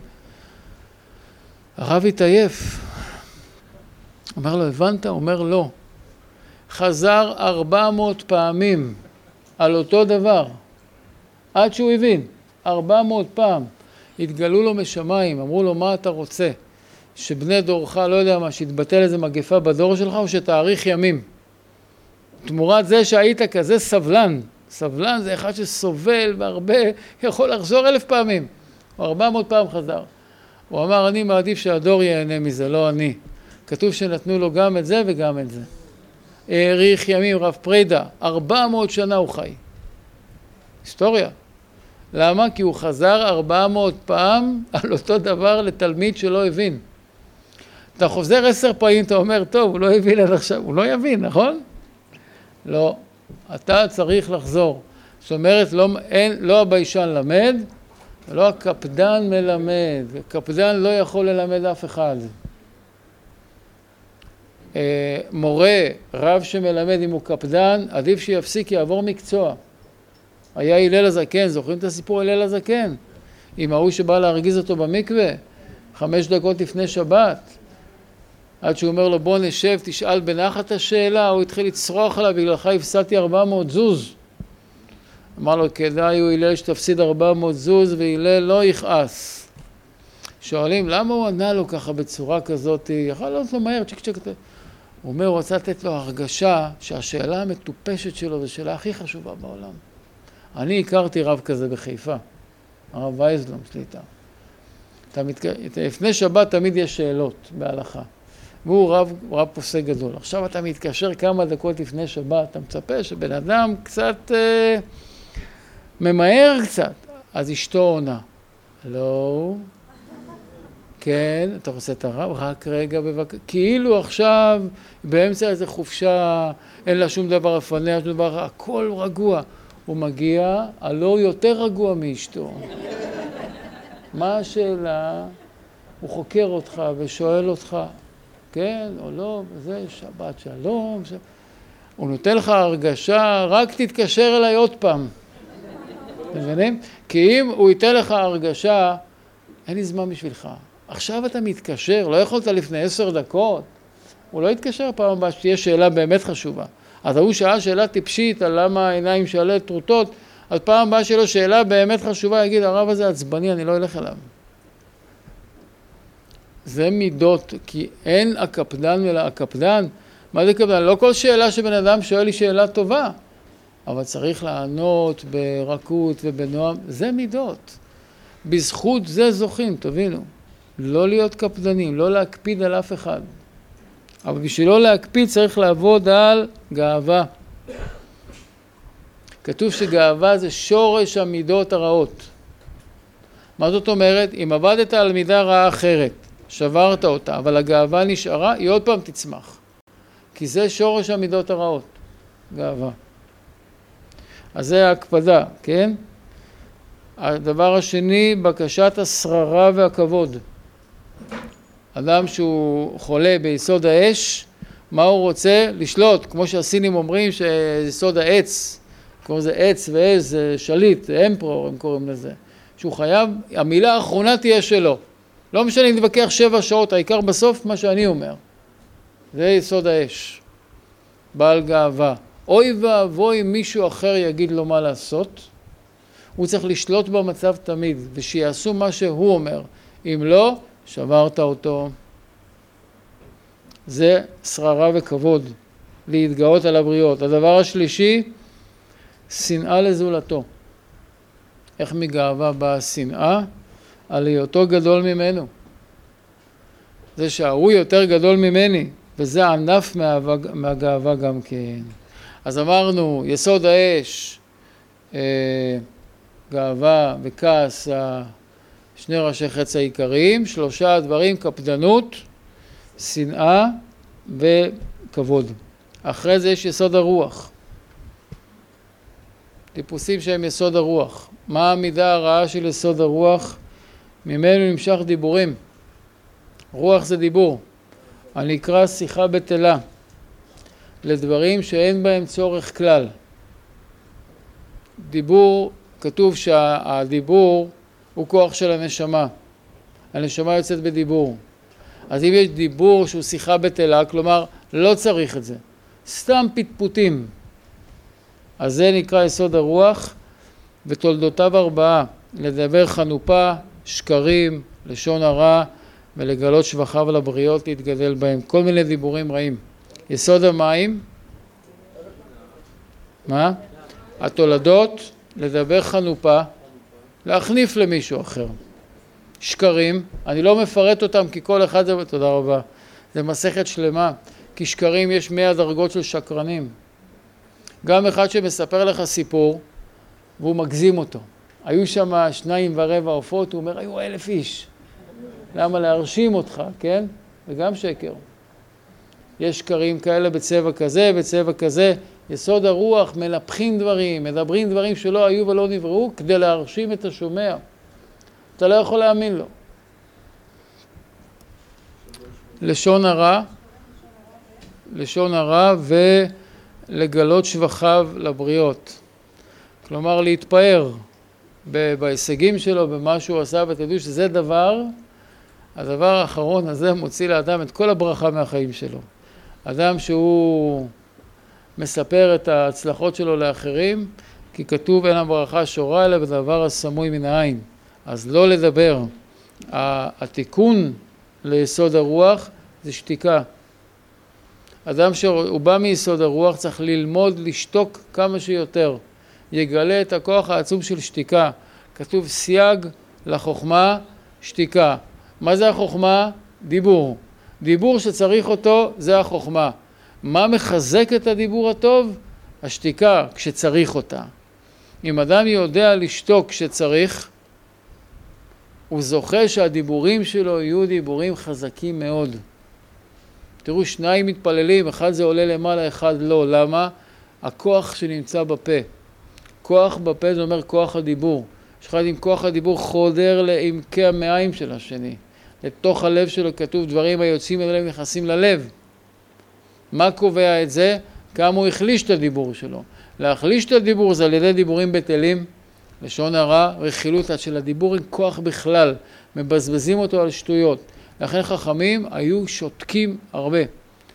הרב התעייף. אומר לו, הבנת? הוא אומר, לא. חזר ארבע מאות פעמים על אותו דבר. עד שהוא הבין. ארבע מאות פעם. התגלו לו משמיים, אמרו לו, מה אתה רוצה? שבני דורך, לא יודע מה, שיתבטל איזה מגפה בדור שלך, או שתאריך ימים. תמורת זה שהיית כזה סבלן. סבלן זה אחד שסובל והרבה, יכול לחזור אלף פעמים. הוא ארבע מאות פעם חזר. הוא אמר, אני מעדיף שהדור ייהנה מזה, לא אני. כתוב שנתנו לו גם את זה וגם את זה. האריך ימים, רב פרידה, ארבע מאות שנה הוא חי. היסטוריה. למה? כי הוא חזר ארבע מאות פעם על אותו דבר לתלמיד שלא הבין. אתה חוזר עשר פעמים, אתה אומר, טוב, הוא לא הבין עד עכשיו, הוא לא יבין, נכון? לא, אתה צריך לחזור. זאת אומרת, לא, אין, לא הביישן למד, ולא הקפדן מלמד. הקפדן לא יכול ללמד אף אחד. מורה, רב שמלמד אם הוא קפדן, עדיף שיפסיק, יעבור מקצוע. היה הלל הזקן, זוכרים את הסיפור הלל הזקן? עם ההוא שבא להרגיז אותו במקווה, חמש דקות לפני שבת, עד שהוא אומר לו בוא נשב, תשאל בנחת השאלה, הוא התחיל לצרוח עליו, בגללך הפסדתי ארבע מאות זוז. אמר לו, כדאי הוא הלל שתפסיד ארבע מאות זוז, והלל לא יכעס. שואלים, למה הוא ענה לו ככה בצורה כזאת? יכול להיות לו מהר, צ'יק צ'יק. הוא אומר, הוא רוצה לתת לו הרגשה שהשאלה המטופשת שלו זו שאלה הכי חשובה בעולם. אני הכרתי רב כזה בחיפה, הרב וייזלום שליטה. מתק... לפני שבת תמיד יש שאלות בהלכה. והוא רב, רב פוסק גדול. עכשיו אתה מתקשר כמה דקות לפני שבת, אתה מצפה שבן אדם קצת אה, ממהר קצת. אז אשתו עונה. לא, כן, אתה רוצה את הרב? רק רגע בבקשה. כאילו עכשיו באמצע איזו חופשה, אין לה שום דבר לפניה, שום דבר, הכל רגוע. הוא מגיע, הלא הוא יותר רגוע מאשתו. מה השאלה? הוא חוקר אותך ושואל אותך, כן או לא, וזה שבת שלום. ש... הוא נותן לך הרגשה, רק תתקשר אליי עוד פעם. אתם מבינים? כי אם הוא ייתן לך הרגשה, אין לי זמן בשבילך. עכשיו אתה מתקשר, לא יכולת לפני עשר דקות. הוא לא יתקשר פעם הבאה שתהיה שאלה באמת חשובה. אז הוא שאל שאלה טיפשית על למה העיניים שעלה טרוטות, אז פעם הבאה שלו שאלה באמת חשובה, יגיד, הרב הזה עצבני, אני לא אלך אליו. זה מידות, כי אין הקפדן ולא הקפדן. מה זה קפדן? לא כל שאלה שבן אדם שואל היא שאלה טובה, אבל צריך לענות ברכות ובנועם, זה מידות. בזכות זה זוכים, תבינו. לא להיות קפדנים, לא להקפיד על אף אחד. אבל בשביל לא להקפיד צריך לעבוד על גאווה. כתוב שגאווה זה שורש המידות הרעות. מה זאת אומרת? אם עבדת על מידה רעה אחרת, שברת אותה, אבל הגאווה נשארה, היא עוד פעם תצמח. כי זה שורש המידות הרעות, גאווה. אז זה ההקפדה, כן? הדבר השני, בקשת השררה והכבוד. אדם שהוא חולה ביסוד האש, מה הוא רוצה? לשלוט, כמו שהסינים אומרים שיסוד העץ, כמו זה עץ ואש, זה שליט, זה אמפרור, הם קוראים לזה. שהוא חייב, המילה האחרונה תהיה שלו. לא משנה אם נתווכח שבע שעות, העיקר בסוף מה שאני אומר. זה יסוד האש. בעל גאווה. אוי ואבוי אם מישהו אחר יגיד לו מה לעשות, הוא צריך לשלוט במצב תמיד, ושיעשו מה שהוא אומר. אם לא, שברת אותו. זה שררה וכבוד, להתגאות על הבריות. הדבר השלישי, שנאה לזולתו. איך מגאווה באה שנאה? על היותו גדול ממנו. זה שההוא יותר גדול ממני, וזה ענף מהגאווה גם כן. אז אמרנו, יסוד האש, אה, גאווה וכעס, שני ראשי חץ העיקריים, שלושה דברים, קפדנות, שנאה וכבוד. אחרי זה יש יסוד הרוח. טיפוסים שהם יסוד הרוח. מה המידה הרעה של יסוד הרוח? ממנו נמשך דיבורים. רוח זה דיבור. אני אקרא שיחה בטלה. לדברים שאין בהם צורך כלל. דיבור, כתוב שהדיבור הוא כוח של הנשמה. הנשמה יוצאת בדיבור. אז אם יש דיבור שהוא שיחה בטלה, כלומר לא צריך את זה. סתם פטפוטים. אז זה נקרא יסוד הרוח, ותולדותיו ארבעה. לדבר חנופה, שקרים, לשון הרע, ולגלות שבחיו לבריות להתגדל בהם. כל מיני דיבורים רעים. יסוד המים, מה? התולדות, לדבר חנופה, להחניף למישהו אחר. שקרים, אני לא מפרט אותם כי כל אחד זה, תודה רבה, זה מסכת שלמה, כי שקרים יש מאה דרגות של שקרנים. גם אחד שמספר לך סיפור, והוא מגזים אותו. היו שם שניים ורבע עופות, הוא אומר, היו אלף איש. למה להרשים אותך, כן? וגם שקר. יש שקרים כאלה בצבע כזה, בצבע כזה. יסוד הרוח, מנפחים דברים, מדברים דברים שלא היו ולא נבראו, כדי להרשים את השומע. אתה לא יכול להאמין לו. לשון הרע, לשון הרע ולגלות שבחיו לבריות. כלומר, להתפאר בהישגים שלו, במה שהוא עשה, ותדעו שזה דבר, הדבר האחרון הזה מוציא לאדם את כל הברכה מהחיים שלו. אדם שהוא מספר את ההצלחות שלו לאחרים, כי כתוב אין הברכה שורה אלא בדבר הסמוי מן העין. אז לא לדבר. התיקון ליסוד הרוח זה שתיקה. אדם שהוא בא מיסוד הרוח צריך ללמוד לשתוק כמה שיותר. יגלה את הכוח העצום של שתיקה. כתוב סייג לחוכמה, שתיקה. מה זה החוכמה? דיבור. דיבור שצריך אותו זה החוכמה. מה מחזק את הדיבור הטוב? השתיקה, כשצריך אותה. אם אדם יודע לשתוק כשצריך, הוא זוכה שהדיבורים שלו יהיו דיבורים חזקים מאוד. תראו, שניים מתפללים, אחד זה עולה למעלה, אחד לא. למה? הכוח שנמצא בפה. כוח בפה זה אומר כוח הדיבור. שאחד עם כוח הדיבור חודר לעמקי המעיים של השני. לתוך הלב שלו כתוב דברים היוצאים אליהם נכנסים ללב. מה קובע את זה? כמה הוא החליש את הדיבור שלו. להחליש את הדיבור זה על ידי דיבורים בטלים, לשון הרע, רכילות של הדיבור עם כוח בכלל. מבזבזים אותו על שטויות. לכן חכמים היו שותקים הרבה.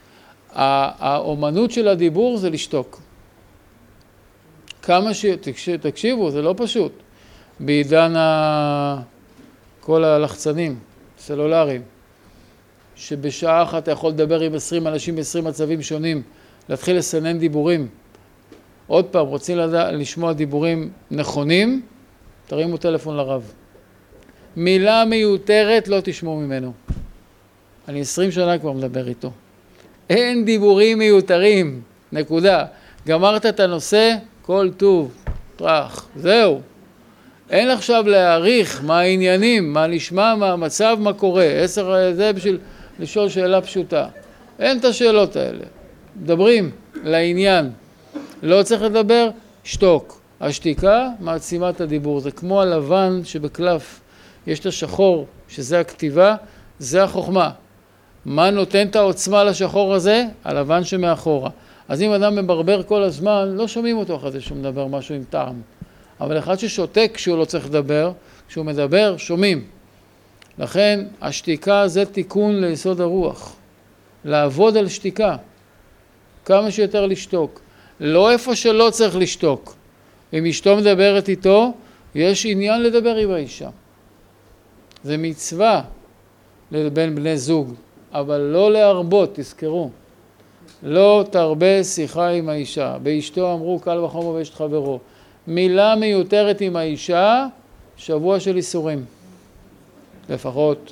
האומנות של הדיבור זה לשתוק. כמה ש... תקשיבו, זה לא פשוט. בעידן ה... כל הלחצנים, סלולריים, שבשעה אחת אתה יכול לדבר עם עשרים אנשים בעשרים מצבים שונים, להתחיל לסנן דיבורים. עוד פעם, רוצים לדע... לשמוע דיבורים נכונים, תרימו טלפון לרב. מילה מיותרת לא תשמעו ממנו. אני עשרים שנה כבר מדבר איתו. אין דיבורים מיותרים, נקודה. גמרת את הנושא, כל טוב, טרח, זהו. אין עכשיו להעריך מה העניינים, מה נשמע, מה המצב, מה קורה. עשר זה בשביל לשאול שאלה פשוטה. אין את השאלות האלה. מדברים לעניין. לא צריך לדבר, שתוק. השתיקה מעצימה את הדיבור. זה כמו הלבן שבקלף יש את השחור, שזה הכתיבה, זה החוכמה. מה נותן את העוצמה לשחור הזה? הלבן שמאחורה. אז אם אדם מברבר כל הזמן, לא שומעים אותו אחרי זה שהוא מדבר משהו עם טעם. אבל אחד ששותק כשהוא לא צריך לדבר, כשהוא מדבר, שומעים. לכן השתיקה זה תיקון ליסוד הרוח. לעבוד על שתיקה. כמה שיותר לשתוק. לא איפה שלא צריך לשתוק. אם אשתו מדברת איתו, יש עניין לדבר עם האישה. זה מצווה בין בני זוג, אבל לא להרבות, תזכרו. לא תרבה שיחה עם האישה. באשתו אמרו קל וחומר ואשת חברו. מילה מיותרת עם האישה, שבוע של איסורים. לפחות.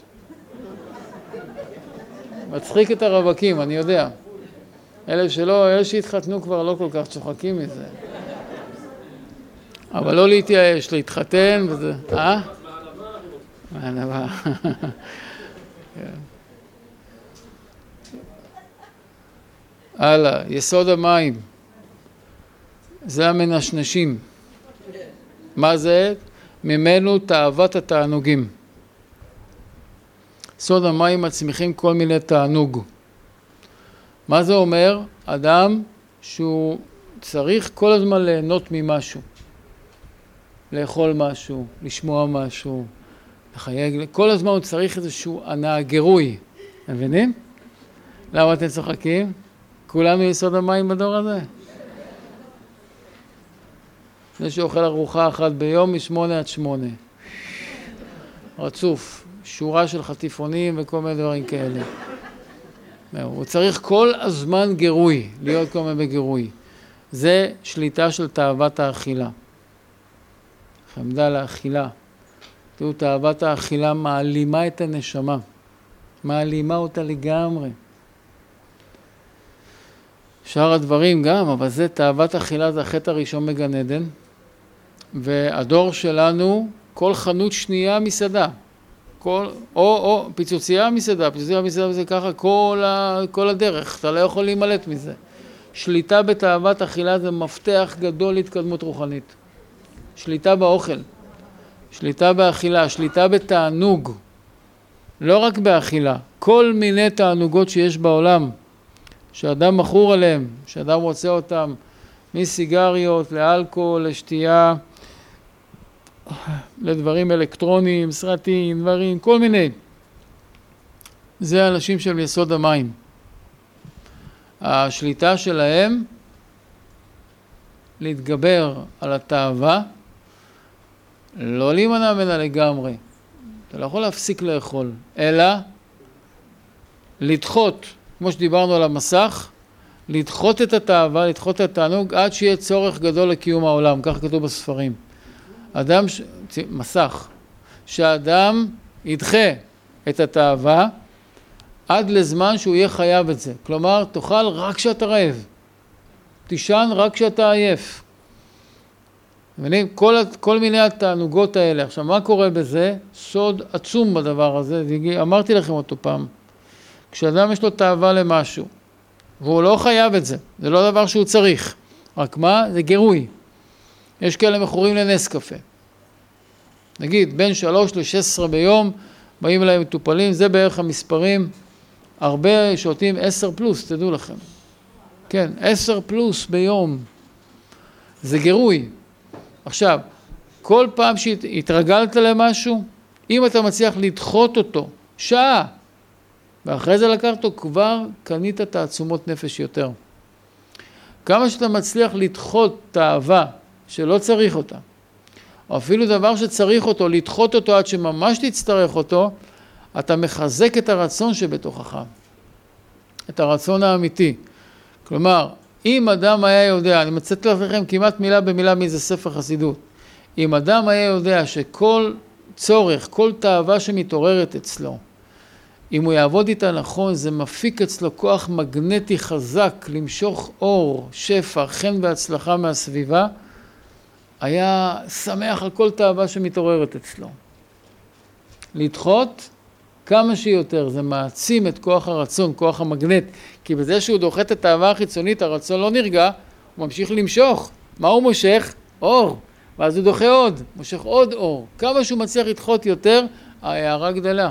מצחיק את הרווקים, אני יודע. אלה שלא, אלה שהתחתנו כבר לא כל כך צוחקים מזה. אבל לא להתייאש, להתחתן וזה... אה? מענבה. הלאה, יסוד המים. זה המנשנשים. מה זה? ממנו תאוות התענוגים. סוד המים מצמיחים כל מיני תענוג. מה זה אומר? אדם שהוא צריך כל הזמן ליהנות ממשהו. לאכול משהו, לשמוע משהו, לחייג. כל הזמן הוא צריך איזשהו הנאה, גירוי. מבינים? למה אתם צוחקים? כולנו יסוד המים בדור הזה. זה שאוכל ארוחה אחת ביום משמונה עד שמונה. רצוף. שורה של חטיפונים וכל מיני דברים כאלה. הוא צריך כל הזמן גירוי, להיות כל מיני בגירוי. זה שליטה של תאוות האכילה. חמדה לאכילה. תראו, תאוות האכילה מעלימה את הנשמה. מעלימה אותה לגמרי. שאר הדברים גם, אבל זה תאוות אכילה, זה החטא הראשון בגן עדן. והדור שלנו, כל חנות שנייה מסעדה. כל, או, או, פיצוצייה מסעדה, פיצוצייה מסעדה זה ככה כל, ה, כל הדרך, אתה לא יכול להימלט מזה. שליטה בתאוות אכילה זה מפתח גדול להתקדמות רוחנית. שליטה באוכל, שליטה באכילה, שליטה בתענוג. לא רק באכילה, כל מיני תענוגות שיש בעולם, שאדם מכור עליהם, שאדם רוצה אותם, מסיגריות, לאלכוהול, לשתייה, לדברים אלקטרוניים, סרטים, דברים, כל מיני. זה אנשים של יסוד המים. השליטה שלהם להתגבר על התאווה, לא להימנע ממנה לגמרי. אתה לא יכול להפסיק לאכול, אלא לדחות, כמו שדיברנו על המסך, לדחות את התאווה, לדחות את התענוג, עד שיהיה צורך גדול לקיום העולם, כך כתוב בספרים. אדם, ש... מסך, שהאדם ידחה את התאווה עד לזמן שהוא יהיה חייב את זה. כלומר, תאכל רק כשאתה רעב. תישן רק כשאתה עייף. מבינים? כל, כל מיני התענוגות האלה. עכשיו, מה קורה בזה? סוד עצום בדבר הזה. אמרתי לכם אותו פעם. כשאדם יש לו תאווה למשהו, והוא לא חייב את זה, זה לא דבר שהוא צריך. רק מה? זה גירוי. יש כאלה מכורים לנס קפה. נגיד, בין שלוש לשש עשרה ביום, באים אליי מטופלים, זה בערך המספרים, הרבה שותים עשר פלוס, תדעו לכם. כן, עשר פלוס ביום. זה גירוי. עכשיו, כל פעם שהתרגלת למשהו, אם אתה מצליח לדחות אותו, שעה, ואחרי זה לקחת אותו, כבר קנית תעצומות נפש יותר. כמה שאתה מצליח לדחות תאווה שלא צריך אותה, או אפילו דבר שצריך אותו, לדחות אותו עד שממש תצטרך אותו, אתה מחזק את הרצון שבתוכך, את הרצון האמיתי. כלומר, אם אדם היה יודע, אני מצאת לכם כמעט מילה במילה מאיזה ספר חסידות, אם אדם היה יודע שכל צורך, כל תאווה שמתעוררת אצלו, אם הוא יעבוד איתה נכון, זה מפיק אצלו כוח מגנטי חזק, למשוך אור, שפע, חן והצלחה מהסביבה, היה שמח על כל תאווה שמתעוררת אצלו. לדחות כמה שיותר, זה מעצים את כוח הרצון, כוח המגנט, כי בזה שהוא דוחה את התאווה החיצונית, הרצון לא נרגע, הוא ממשיך למשוך. מה הוא מושך? אור. ואז הוא דוחה עוד, מושך עוד אור. כמה שהוא מצליח לדחות יותר, ההערה גדלה.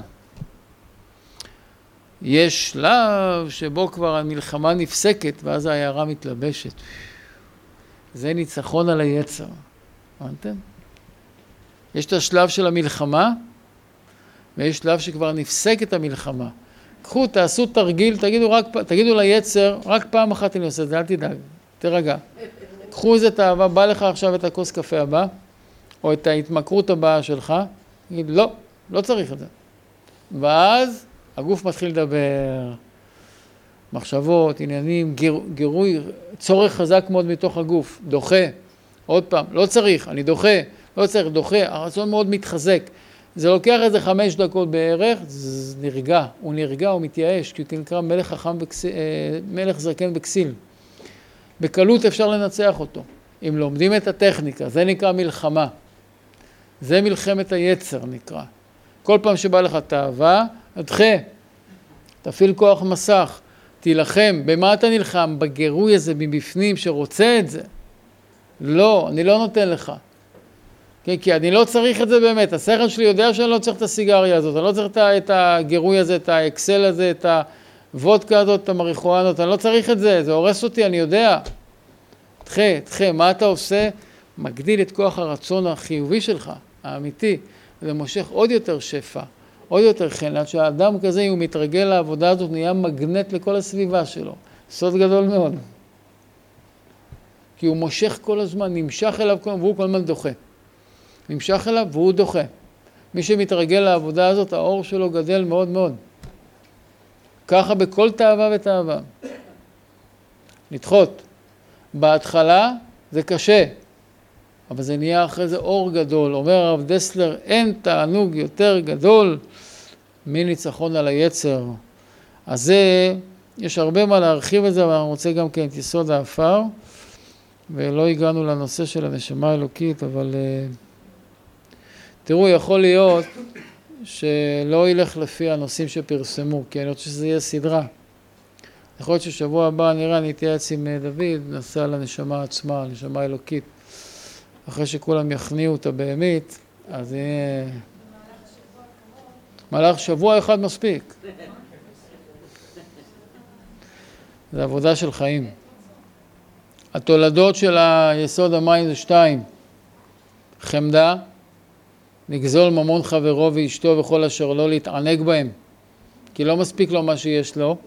יש שלב שבו כבר המלחמה נפסקת, ואז ההערה מתלבשת. זה ניצחון על היצר. הבנתם? יש את השלב של המלחמה, ויש שלב שכבר נפסקת המלחמה. קחו, תעשו תרגיל, תגידו, רק, תגידו ליצר, רק פעם אחת אני עושה את זה, אל תדאג, תרגע. קחו איזה תאווה, בא לך עכשיו את הכוס קפה הבא, או את ההתמכרות הבאה שלך, תגיד, לא, לא צריך את זה. ואז הגוף מתחיל לדבר, מחשבות, עניינים, גיר, גירוי, צורך חזק מאוד מתוך הגוף, דוחה, עוד פעם, לא צריך, אני דוחה, לא צריך, דוחה, הרצון מאוד מתחזק. זה לוקח איזה חמש דקות בערך, זה נרגע, הוא נרגע, הוא מתייאש, כי הוא נקרא מלך חכם בכסיל, מלך זקן בכסיל. בקלות אפשר לנצח אותו, אם לומדים את הטכניקה, זה נקרא מלחמה. זה מלחמת היצר נקרא. כל פעם שבא לך תאווה, תדחה, תפעיל כוח מסך, תילחם. במה אתה נלחם? בגירוי הזה מבפנים שרוצה את זה. לא, אני לא נותן לך. כי, כי אני לא צריך את זה באמת. השכל שלי יודע שאני לא צריך את הסיגריה הזאת, אני לא צריך את הגירוי הזה, את האקסל הזה, את הוודקה הזאת, את המריחואנות, אני לא צריך את זה, זה הורס אותי, אני יודע. תחה, תחה, מה אתה עושה? מגדיל את כוח הרצון החיובי שלך, האמיתי, ומושך עוד יותר שפע, עוד יותר חן, עד שהאדם כזה, אם הוא מתרגל לעבודה הזאת, נהיה מגנט לכל הסביבה שלו. סוד גדול מאוד. כי הוא מושך כל הזמן, נמשך אליו, והוא כל הזמן דוחה. נמשך אליו והוא דוחה. מי שמתרגל לעבודה הזאת, האור שלו גדל מאוד מאוד. ככה בכל תאווה ותאווה. לדחות. בהתחלה זה קשה, אבל זה נהיה אחרי זה אור גדול. אומר הרב דסלר, אין תענוג יותר גדול מניצחון על היצר. אז זה, יש הרבה מה להרחיב את זה, אבל אני רוצה גם כן את יסוד האפר, ולא הגענו לנושא של הנשמה האלוקית, אבל תראו, יכול להיות שלא ילך לפי הנושאים שפרסמו, כי אני רוצה שזה יהיה סדרה. יכול להיות ששבוע הבא נראה, אני אתייעץ עם דוד, נעשה על הנשמה עצמה, הנשמה האלוקית. אחרי שכולם יכניעו אותה באמת, אז יהיה... מהלך שבוע אחד מספיק. זה עבודה של חיים. התולדות של היסוד המים זה שתיים. חמדה, לגזול ממון חברו ואשתו וכל אשר לא להתענג בהם, כי לא מספיק לו מה שיש לו.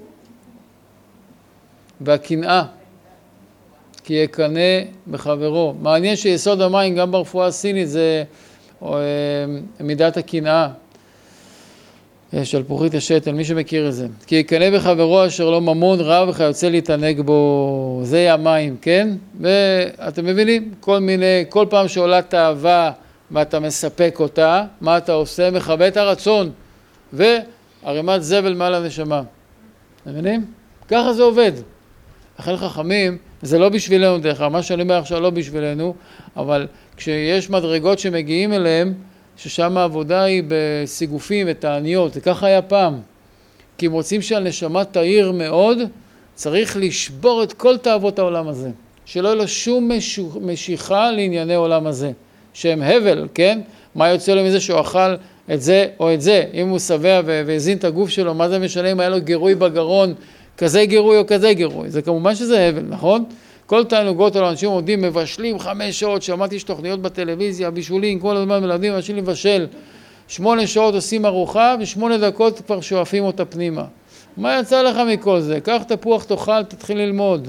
והקנאה, כי יקנא בחברו. מעניין שיסוד המים גם ברפואה הסינית זה או, מידת הקנאה. שלפוחית השתל, מי שמכיר את זה. כי יקנא בחברו אשר לא ממון רב וכיוצא להתענג בו. זה המים, כן? ואתם מבינים? כל מיני, כל פעם שעולה תאווה ואתה מספק אותה, מה אתה עושה? מכבה את הרצון וערימת זבל מעל הנשמה. אתם מבינים? ככה זה עובד. לכן חכמים, זה לא בשבילנו דרך, מה שאני אומר עכשיו לא בשבילנו, אבל כשיש מדרגות שמגיעים אליהם, ששם העבודה היא בסיגופים ותעניות, זה ככה היה פעם. כי אם רוצים שהנשמה תאיר מאוד, צריך לשבור את כל תאוות העולם הזה. שלא יהיה לו שום משיכה לענייני עולם הזה. שהם הבל, כן? מה יוצא לו מזה שהוא אכל את זה או את זה? אם הוא שבע והזין את הגוף שלו, מה זה משנה אם היה לו גירוי בגרון, כזה גירוי או כזה גירוי? זה כמובן שזה הבל, נכון? כל תענוגות על אנשים עומדים, מבשלים חמש שעות, שמעתי שתוכניות בטלוויזיה, בישולים, כל הזמן מלמדים אנשים לבשל. שמונה שעות עושים ארוחה, ושמונה דקות כבר שואפים אותה פנימה. מה יצא לך מכל זה? קח תפוח תאכל, תתחיל ללמוד.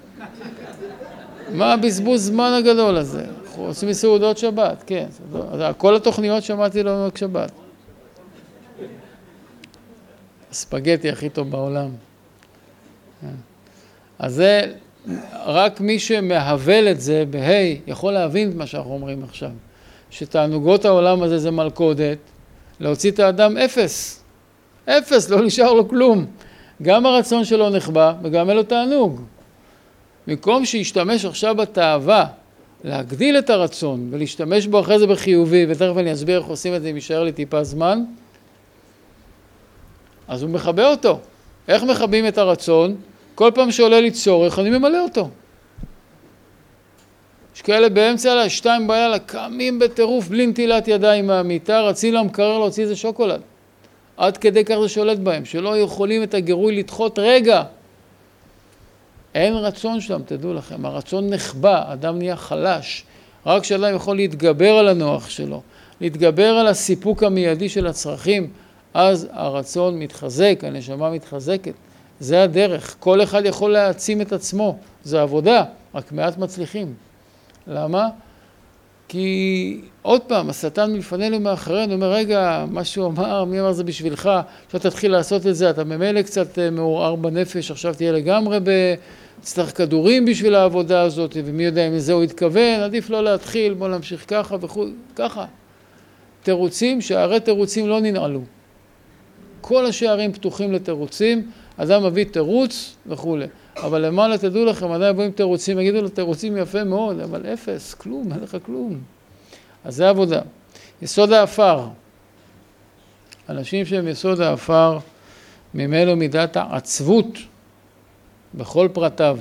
מה הבזבוז זמן הגדול הזה? אנחנו עושים סעודות שבת, כן. כל התוכניות שמעתי לעונג שבת. הספגטי הכי טוב בעולם. אז זה, רק מי שמהבל את זה בהי, יכול להבין את מה שאנחנו אומרים עכשיו. שתענוגות העולם הזה זה מלכודת, להוציא את האדם אפס. אפס, לא נשאר לו כלום. גם הרצון שלו נחבא וגם אין לו תענוג. במקום שישתמש עכשיו בתאווה, להגדיל את הרצון ולהשתמש בו אחרי זה בחיובי, ותכף אני אסביר איך עושים את זה אם יישאר לי טיפה זמן, אז הוא מחבא אותו. איך מחבים את הרצון? כל פעם שעולה לי צורך אני ממלא אותו. יש כאלה באמצע הלילה, שתיים בלילה, קמים בטירוף בלי נטילת ידיים מהמיטה, רצים למקרר להוציא איזה שוקולד. עד כדי כך זה שולט בהם, שלא יכולים את הגירוי לדחות רגע. אין רצון שלהם, תדעו לכם, הרצון נחבא, אדם נהיה חלש. רק שאדם יכול להתגבר על הנוח שלו, להתגבר על הסיפוק המיידי של הצרכים, אז הרצון מתחזק, הנשמה מתחזקת. זה הדרך, כל אחד יכול להעצים את עצמו, זה עבודה, רק מעט מצליחים. למה? כי עוד פעם, השטן מלפנינו מאחרינו, אומר, רגע, מה שהוא אמר, מי אמר זה בשבילך, עכשיו תתחיל לעשות את זה, אתה ממילא קצת מעורער בנפש, עכשיו תהיה לגמרי בצטרך כדורים בשביל העבודה הזאת, ומי יודע אם זה הוא התכוון, עדיף לא להתחיל, בוא נמשיך ככה וכו', ככה. תירוצים, שערי תירוצים לא ננעלו. כל השערים פתוחים לתירוצים, אדם מביא תירוץ וכו'. אבל למעלה תדעו לכם, אדם יבוא עם תירוצים, יגידו לו תירוצים יפה מאוד, אבל אפס, כלום, אין לך כלום. אז זה עבודה. יסוד האפר. אנשים שהם יסוד האפר, ממנו מידת העצבות בכל פרטיו.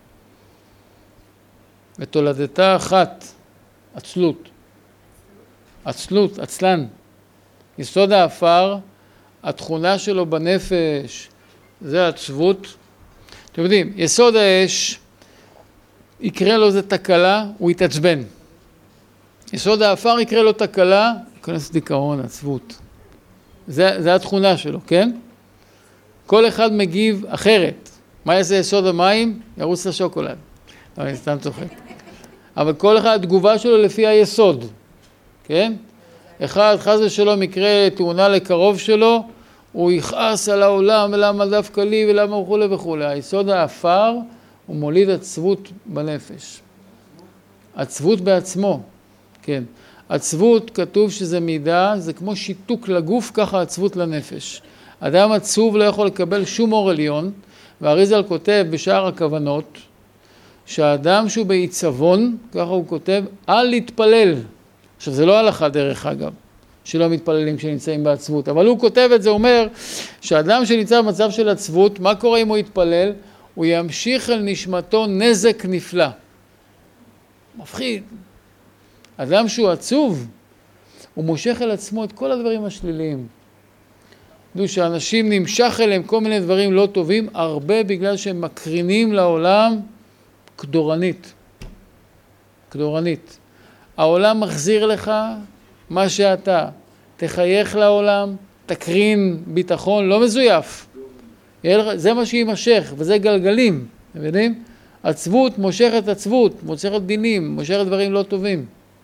ותולדתה אחת, עצלות. עצלות, עצלן. יסוד האפר, התכונה שלו בנפש, זה עצבות. אתם יודעים, יסוד האש, יקרה לו זה תקלה, הוא יתעצבן. יסוד האפר יקרה לו תקלה, יכנס דיכאון, עצבות. זה, זה התכונה שלו, כן? כל אחד מגיב אחרת. מה יעשה יסוד המים? ירוץ לשוקולד. לא, אני סתם צוחק. אבל כל אחד, התגובה שלו לפי היסוד, כן? אחד, חס ושלום, יקרה תאונה לקרוב שלו, הוא יכעס על העולם, ולמה דווקא לי, ולמה וכו' וכו'. היסוד האפר הוא מוליד עצבות בנפש. עצבות בעצמו, כן. עצבות, כתוב שזה מידה, זה כמו שיתוק לגוף, ככה עצבות לנפש. אדם עצוב לא יכול לקבל שום אור עליון, והאריזל כותב בשאר הכוונות, שהאדם שהוא בעיצבון, ככה הוא כותב, אל להתפלל. עכשיו זה לא הלכה דרך אגב. שלא מתפללים כשנמצאים בעצבות. אבל הוא כותב את זה, אומר שאדם שנמצא במצב של עצבות, מה קורה אם הוא יתפלל? הוא ימשיך אל נשמתו נזק נפלא. מפחיד. אדם שהוא עצוב, הוא מושך אל עצמו את כל הדברים השליליים. דו שאנשים נמשך אליהם כל מיני דברים לא טובים, הרבה בגלל שהם מקרינים לעולם כדורנית. כדורנית. העולם מחזיר לך מה שאתה, תחייך לעולם, תקרין ביטחון, לא מזויף. זה מה שימשך, וזה גלגלים, אתם יודעים? עצבות מושכת עצבות, מושכת דינים, מושכת דברים לא טובים.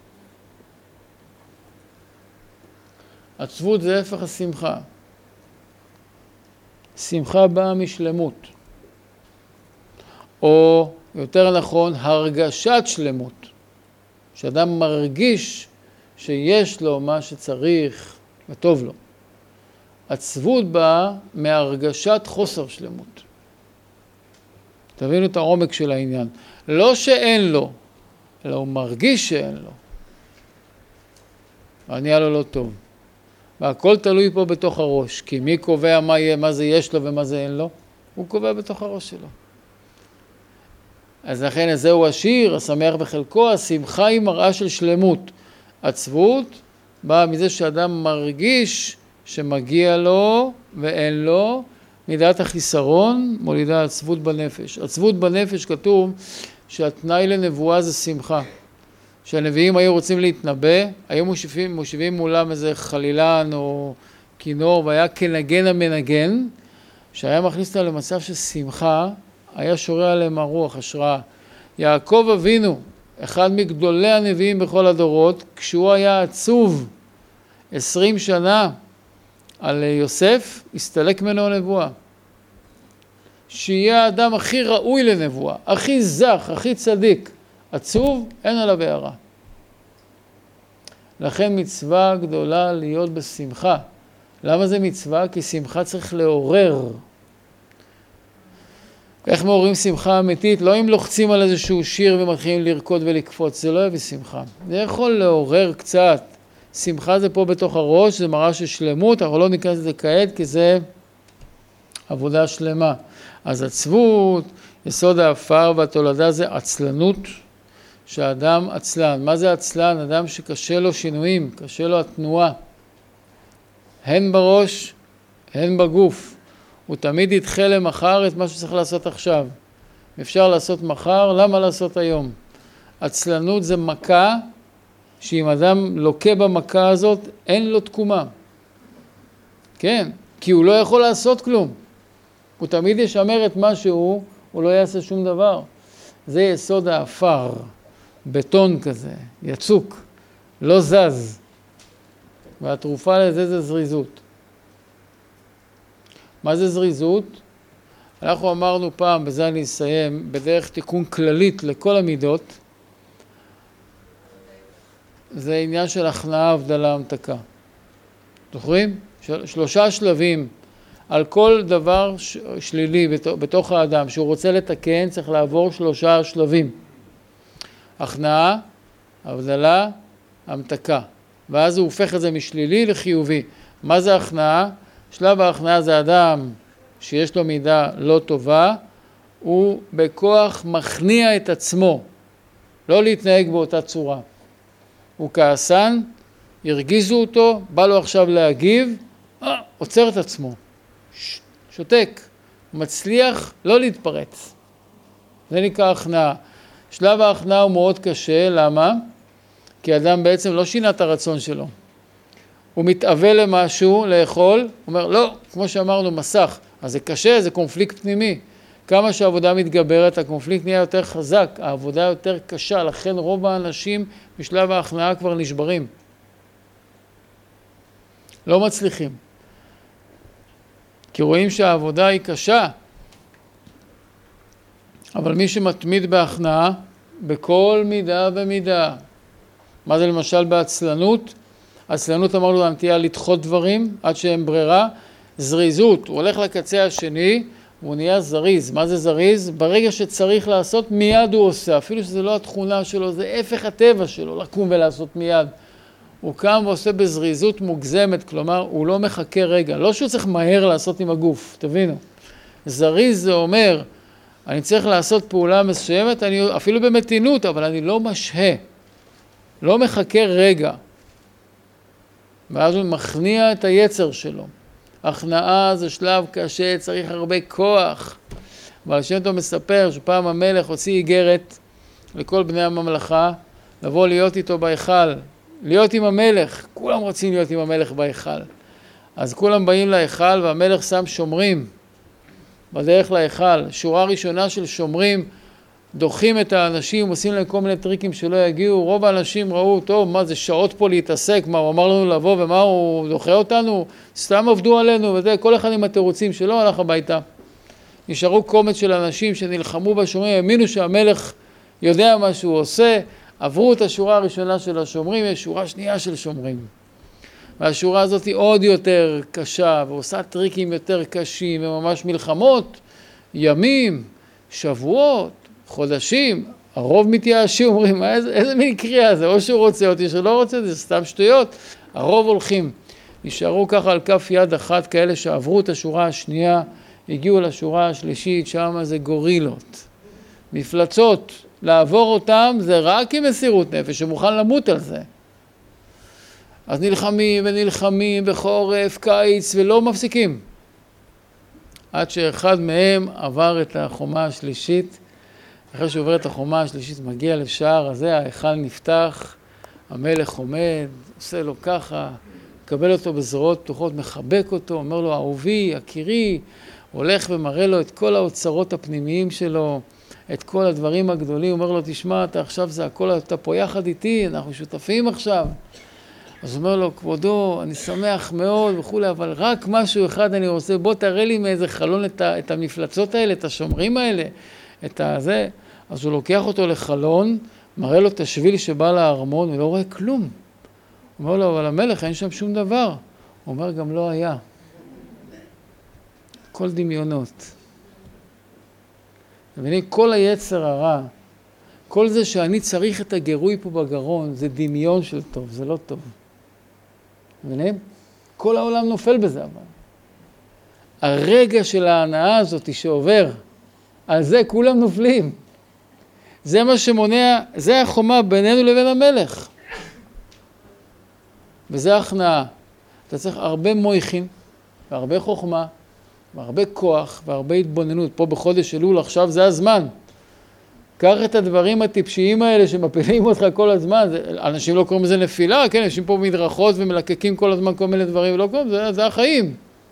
עצבות זה הפך השמחה. שמחה באה משלמות. או יותר נכון, הרגשת שלמות. שאדם מרגיש שיש לו מה שצריך וטוב לו. עצבות באה מהרגשת חוסר שלמות. תבינו את העומק של העניין. לא שאין לו, אלא הוא מרגיש שאין לו. ונהיה לו לא טוב. והכל תלוי פה בתוך הראש, כי מי קובע מה, יהיה, מה זה יש לו ומה זה אין לו? הוא קובע בתוך הראש שלו. אז לכן זהו השיר, השמח בחלקו, השמחה היא מראה של שלמות. עצבות באה מזה שאדם מרגיש שמגיע לו ואין לו, מידת החיסרון מולידה עצבות בנפש. עצבות בנפש כתוב שהתנאי לנבואה זה שמחה. שהנביאים היו רוצים להתנבא, היו מושיבים, מושיבים מולם איזה חלילן או כינור, והיה כנגן המנגן, שהיה מכניס אותם למצב של שמחה, היה שורה עליהם הרוח, השראה. יעקב אבינו, אחד מגדולי הנביאים בכל הדורות, כשהוא היה עצוב עשרים שנה על יוסף, הסתלק ממנו נבואה. שיהיה האדם הכי ראוי לנבואה, הכי זך, הכי צדיק, עצוב, אין עליו הערה. לכן מצווה גדולה להיות בשמחה. למה זה מצווה? כי שמחה צריך לעורר. איך מעוררים שמחה אמיתית? לא אם לוחצים על איזשהו שיר ומתחילים לרקוד ולקפוץ, זה לא יביא שמחה. זה יכול לעורר קצת. שמחה זה פה בתוך הראש, זה מראה של שלמות, אנחנו לא ניכנס לזה כעת כי זה עבודה שלמה. אז עצבות, יסוד האפר והתולדה זה עצלנות, שהאדם עצלן. מה זה עצלן? אדם שקשה לו שינויים, קשה לו התנועה. הן בראש, הן בגוף. הוא תמיד ידחה למחר את מה שצריך לעשות עכשיו. אפשר לעשות מחר, למה לעשות היום? עצלנות זה מכה, שאם אדם לוקה במכה הזאת, אין לו תקומה. כן, כי הוא לא יכול לעשות כלום. הוא תמיד ישמר את מה שהוא, הוא לא יעשה שום דבר. זה יסוד האפר, בטון כזה, יצוק, לא זז. והתרופה לזה זה זריזות. מה זה זריזות? אנחנו אמרנו פעם, בזה אני אסיים, בדרך תיקון כללית לכל המידות, זה עניין של הכנעה, הבדלה, המתקה. זוכרים? של, שלושה שלבים. על כל דבר ש, שלילי בתוך, בתוך האדם שהוא רוצה לתקן, צריך לעבור שלושה שלבים. הכנעה, הבדלה, המתקה. ואז הוא הופך את זה משלילי לחיובי. מה זה הכנעה? שלב ההכנעה זה אדם שיש לו מידה לא טובה, הוא בכוח מכניע את עצמו, לא להתנהג באותה צורה. הוא כעסן, הרגיזו אותו, בא לו עכשיו להגיב, אה, עוצר את עצמו, ש- שותק, מצליח לא להתפרץ. זה נקרא הכנעה. שלב ההכנעה הוא מאוד קשה, למה? כי אדם בעצם לא שינה את הרצון שלו. הוא מתאווה למשהו, לאכול, הוא אומר, לא, כמו שאמרנו, מסך. אז זה קשה, זה קונפליקט פנימי. כמה שהעבודה מתגברת, הקונפליקט נהיה יותר חזק, העבודה יותר קשה, לכן רוב האנשים בשלב ההכנעה כבר נשברים. לא מצליחים. כי רואים שהעבודה היא קשה, אבל מי שמתמיד בהכנעה, בכל מידה ומידה, מה זה למשל בעצלנות? עצלנות אמרנו הנטייה לדחות דברים עד שהם ברירה. זריזות, הוא הולך לקצה השני, הוא נהיה זריז. מה זה זריז? ברגע שצריך לעשות מיד הוא עושה, אפילו שזה לא התכונה שלו, זה הפך הטבע שלו, לקום ולעשות מיד. הוא קם ועושה בזריזות מוגזמת, כלומר הוא לא מחכה רגע, לא שהוא צריך מהר לעשות עם הגוף, תבינו. זריז זה אומר, אני צריך לעשות פעולה מסוימת, אני, אפילו במתינות, אבל אני לא משהה, לא מחכה רגע. ואז הוא מכניע את היצר שלו. הכנעה זה שלב קשה, צריך הרבה כוח. אבל השם טוב מספר שפעם המלך הוציא איגרת לכל בני הממלכה, לבוא להיות איתו בהיכל, להיות עם המלך, כולם רוצים להיות עם המלך בהיכל. אז כולם באים להיכל והמלך שם שומרים בדרך להיכל. שורה ראשונה של שומרים, דוחים את האנשים, עושים להם כל מיני טריקים שלא יגיעו. רוב האנשים ראו, טוב, מה זה שעות פה להתעסק, מה הוא אמר לנו לבוא ומה הוא דוחה אותנו, סתם עבדו עלינו וזה, כל אחד עם התירוצים שלו הלך הביתה. נשארו קומץ של אנשים שנלחמו בשומרים, האמינו שהמלך יודע מה שהוא עושה, עברו את השורה הראשונה של השומרים, יש שורה שנייה של שומרים. והשורה הזאת היא עוד יותר קשה, ועושה טריקים יותר קשים, וממש מלחמות, ימים, שבועות, חודשים, הרוב מתייאשים, אומרים, איזה, איזה מין קריאה זה, או שהוא רוצה אותי, שלא רוצה, זה סתם שטויות, הרוב הולכים. נשארו ככה על כף יד אחת כאלה שעברו את השורה השנייה, הגיעו לשורה השלישית, שם זה גורילות, מפלצות, לעבור אותם זה רק עם מסירות נפש, שמוכן למות על זה. אז נלחמים ונלחמים בחורף, קיץ, ולא מפסיקים. עד שאחד מהם עבר את החומה השלישית, אחרי שהוא עובר את החומה השלישית, מגיע לשער הזה, ההיכל נפתח, המלך עומד, עושה לו ככה, מקבל אותו בזרועות פתוחות, מחבק אותו, אומר לו, אהובי, יקירי, הולך ומראה לו את כל האוצרות הפנימיים שלו, את כל הדברים הגדולים, אומר לו, תשמע, אתה עכשיו זה הכל, אתה פה יחד איתי, אנחנו שותפים עכשיו. אז הוא אומר לו, כבודו, אני שמח מאוד וכולי, אבל רק משהו אחד אני רוצה, בוא תראה לי מאיזה חלון את, ה, את המפלצות האלה, את השומרים האלה, את הזה. אז הוא לוקח אותו לחלון, מראה לו את השביל שבא לארמון, הוא לא רואה כלום. הוא אומר לו, אבל המלך, אין שם שום דבר. הוא אומר, גם לא היה. כל דמיונות. מבינים, כל היצר הרע, כל זה שאני צריך את הגירוי פה בגרון, זה דמיון של טוב, זה לא טוב. מבינים? כל העולם נופל בזה אבל. הרגע של ההנאה הזאת שעובר, על זה כולם נופלים. זה מה שמונע, זה החומה בינינו לבין המלך. וזה הכנעה. אתה צריך הרבה מויכין, והרבה חוכמה, והרבה כוח, והרבה התבוננות. פה בחודש אלול עכשיו זה הזמן. קח את הדברים הטיפשיים האלה שמפילים אותך כל הזמן. זה, אנשים לא קוראים לזה נפילה, כן? אנשים פה מדרכות ומלקקים כל הזמן כל מיני דברים, לא קוראים, זה, זה החיים.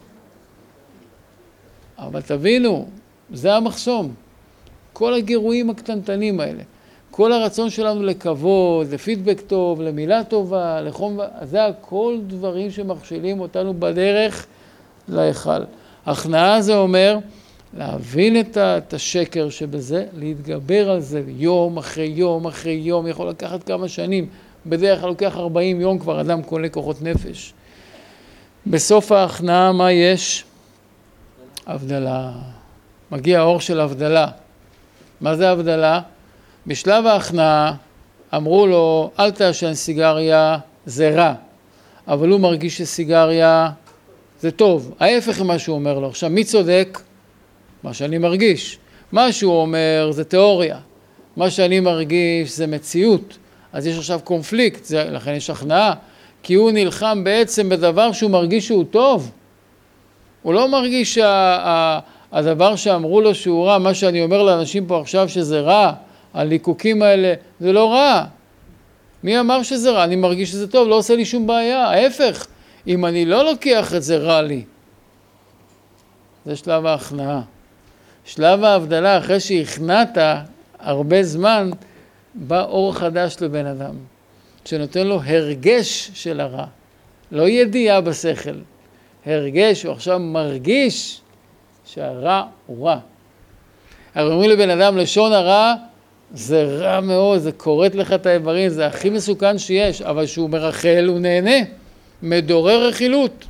אבל תבינו, זה המחסום. כל הגירויים הקטנטנים האלה. כל הרצון שלנו לכבוד, לפידבק טוב, למילה טובה, לחום, זה הכל דברים שמכשילים אותנו בדרך להיכל. הכנעה זה אומר להבין את השקר שבזה, להתגבר על זה יום אחרי יום אחרי יום, יכול לקחת כמה שנים, בדרך כלל לוקח ארבעים יום כבר אדם קונה כוחות נפש. בסוף ההכנעה מה יש? הבדלה. מגיע האור של הבדלה. מה זה הבדלה? בשלב ההכנעה אמרו לו, אל תעשן סיגריה, זה רע. אבל הוא מרגיש שסיגריה זה טוב. ההפך ממה שהוא אומר לו. עכשיו, מי צודק? מה שאני מרגיש. מה שהוא אומר זה תיאוריה. מה שאני מרגיש זה מציאות. אז יש עכשיו קונפליקט, זה, לכן יש הכנעה. כי הוא נלחם בעצם בדבר שהוא מרגיש שהוא טוב. הוא לא מרגיש שהדבר שאמרו לו שהוא רע, מה שאני אומר לאנשים פה עכשיו שזה רע, הליקוקים האלה, זה לא רע. מי אמר שזה רע? אני מרגיש שזה טוב, לא עושה לי שום בעיה. ההפך, אם אני לא לוקח את זה רע לי. זה שלב ההכנעה. שלב ההבדלה, אחרי שהכנעת הרבה זמן, בא אור חדש לבן אדם, שנותן לו הרגש של הרע. לא ידיעה בשכל. הרגש, הוא עכשיו מרגיש שהרע הוא רע. הרי אומרים לבן אדם, לשון הרע, זה רע מאוד, זה קוראת לך את האיברים, זה הכי מסוכן שיש, אבל שהוא מרחל, הוא נהנה, מדורר רכילות.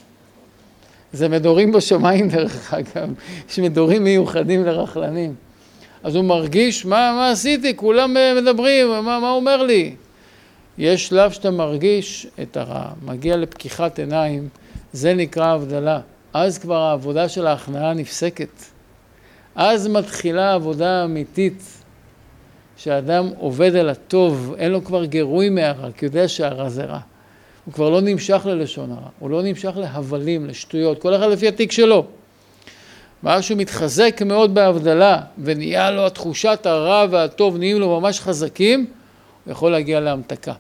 זה מדורים בשמיים דרך אגב, יש מדורים מיוחדים לרחלנים. אז הוא מרגיש, מה, מה עשיתי? כולם מדברים, מה, מה אומר לי? יש שלב שאתה מרגיש את הרע, מגיע לפקיחת עיניים, זה נקרא הבדלה. אז כבר העבודה של ההכנעה נפסקת. אז מתחילה העבודה האמיתית, שהאדם עובד על הטוב, אין לו כבר גירוי מהרע, כי יודע שהרע זה רע. הוא כבר לא נמשך ללשון הרע, הוא לא נמשך להבלים, לשטויות, כל אחד לפי התיק שלו. ואז שהוא מתחזק מאוד בהבדלה, ונהיה לו התחושת הרע והטוב, נהיים לו ממש חזקים, הוא יכול להגיע להמתקה.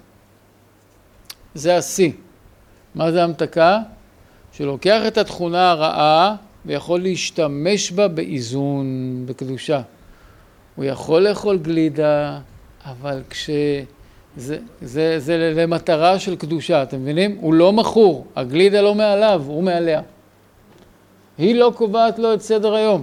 זה השיא. מה זה המתקה? שלוקח את התכונה הרעה, ויכול להשתמש בה באיזון, בקדושה. הוא יכול לאכול גלידה, אבל כש... זה, זה, זה למטרה של קדושה, אתם מבינים? הוא לא מכור, הגלידה לא מעליו, הוא מעליה. היא לא קובעת לו את סדר היום.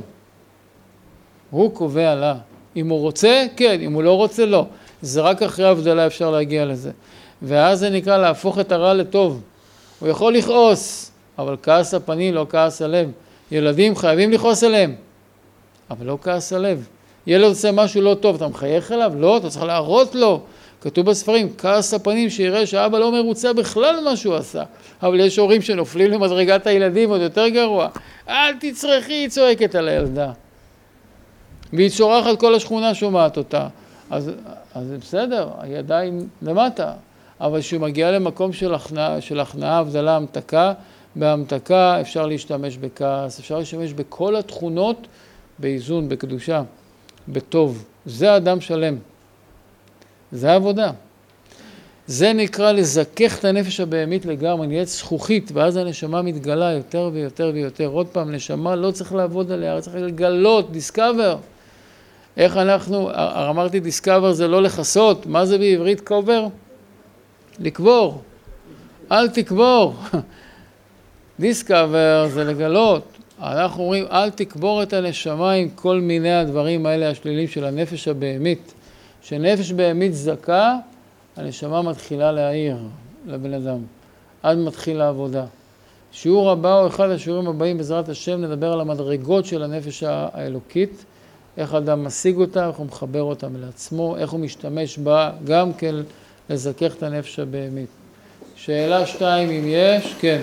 הוא קובע לה. אם הוא רוצה, כן, אם הוא לא רוצה, לא. זה רק אחרי הבדלה אפשר להגיע לזה. ואז זה נקרא להפוך את הרע לטוב. הוא יכול לכעוס, אבל כעס הפנים, לא כעס הלב. ילדים חייבים לכעוס עליהם, אבל לא כעס הלב. ילד עושה משהו לא טוב, אתה מחייך אליו? לא, אתה צריך להראות לו. כתוב בספרים, כעס הפנים שיראה שהאבא לא מרוצה בכלל מה שהוא עשה. אבל יש הורים שנופלים למדרגת הילדים, עוד יותר גרוע. אל תצרכי, היא צועקת על הילדה. והיא צורחת, כל השכונה שומעת אותה. אז, אז זה בסדר, הידיים למטה. אבל כשהוא מגיע למקום של הכנעה, של הכנעה, הבדלה, המתקה, בהמתקה אפשר להשתמש בכעס, אפשר להשתמש בכל התכונות, באיזון, בקדושה, בטוב. זה אדם שלם. זה העבודה. זה נקרא לזכך את הנפש הבהמית לגמרי, נהיית זכוכית, ואז הנשמה מתגלה יותר ויותר ויותר. עוד פעם, נשמה לא צריך לעבוד עליה, צריך לגלות, דיסקאבר. איך אנחנו, אמרתי דיסקאבר זה לא לחסות, מה זה בעברית קובר? לקבור. אל תקבור. דיסקאבר זה לגלות. אנחנו אומרים, אל תקבור את הנשמה עם כל מיני הדברים האלה השלילים של הנפש הבהמית. כשנפש בהמית זכה, הנשמה מתחילה להעיר לבן אדם. עד מתחיל העבודה. שיעור הבא או אחד השיעורים הבאים בעזרת השם נדבר על המדרגות של הנפש האלוקית, איך האדם משיג אותה, איך הוא מחבר אותה לעצמו, איך הוא משתמש בה גם כן לזכך את הנפש הבהמית. שאלה שתיים אם יש, כן.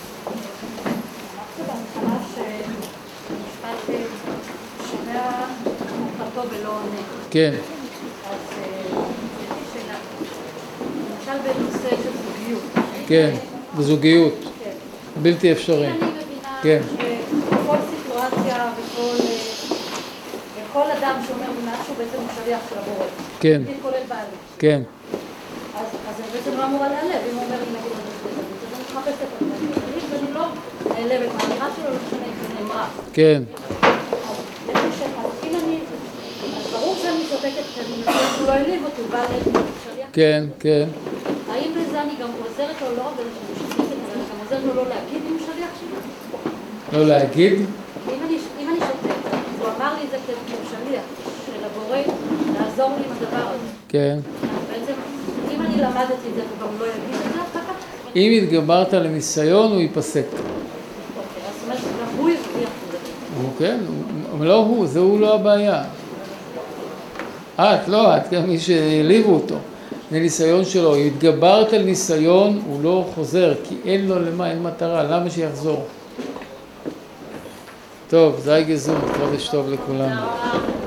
כן. למשל בנושא של זוגיות. כן, בזוגיות. בלתי אפשרי. אני מבינה כן. שבכל סיטואציה וכל אדם שאומר משהו בעצם הוא שליח של הבורא. כן. כולל בעלי. כן. אז זה בעצם לא אמורה להיעלב. אם הוא אומר לי נגיד את זה, אז אני מחפשת את זה. ואני לא נעלבת מהאמירה שלו, לא משנה אם זה נאמרה. כן. אז אם אני... אז ברור שאני צודקת, שאני מבינה שהוא לא העליב אותי, הוא בא לשליח. כן, כן. האם בזה אני גם עוזרת לו לא רק בזה שאני משתתפת, אבל אני גם עוזרת לו לא להגיד אם הוא שליח שלי? לא להגיד? אם אני שותפת, הוא אמר לי את זה כמו שליח של הבורא, לעזור לי עם הדבר הזה. כן. בעצם, אם אני למדתי את זה, הוא גם לא יגיד את זה אחר כך? אם התגברת לניסיון, הוא ייפסק. אוקיי, אז זאת אומרת, גם הוא ירוויח את זה. כן, אבל לא הוא, זהו לא הבעיה. את, לא את, גם מי שהעליבו אותו. זה ניסיון שלו. אם התגברת על ניסיון, הוא לא חוזר, כי אין לו למה, אין מטרה, למה שיחזור? טוב, זי גזון, חודש טוב לכולם.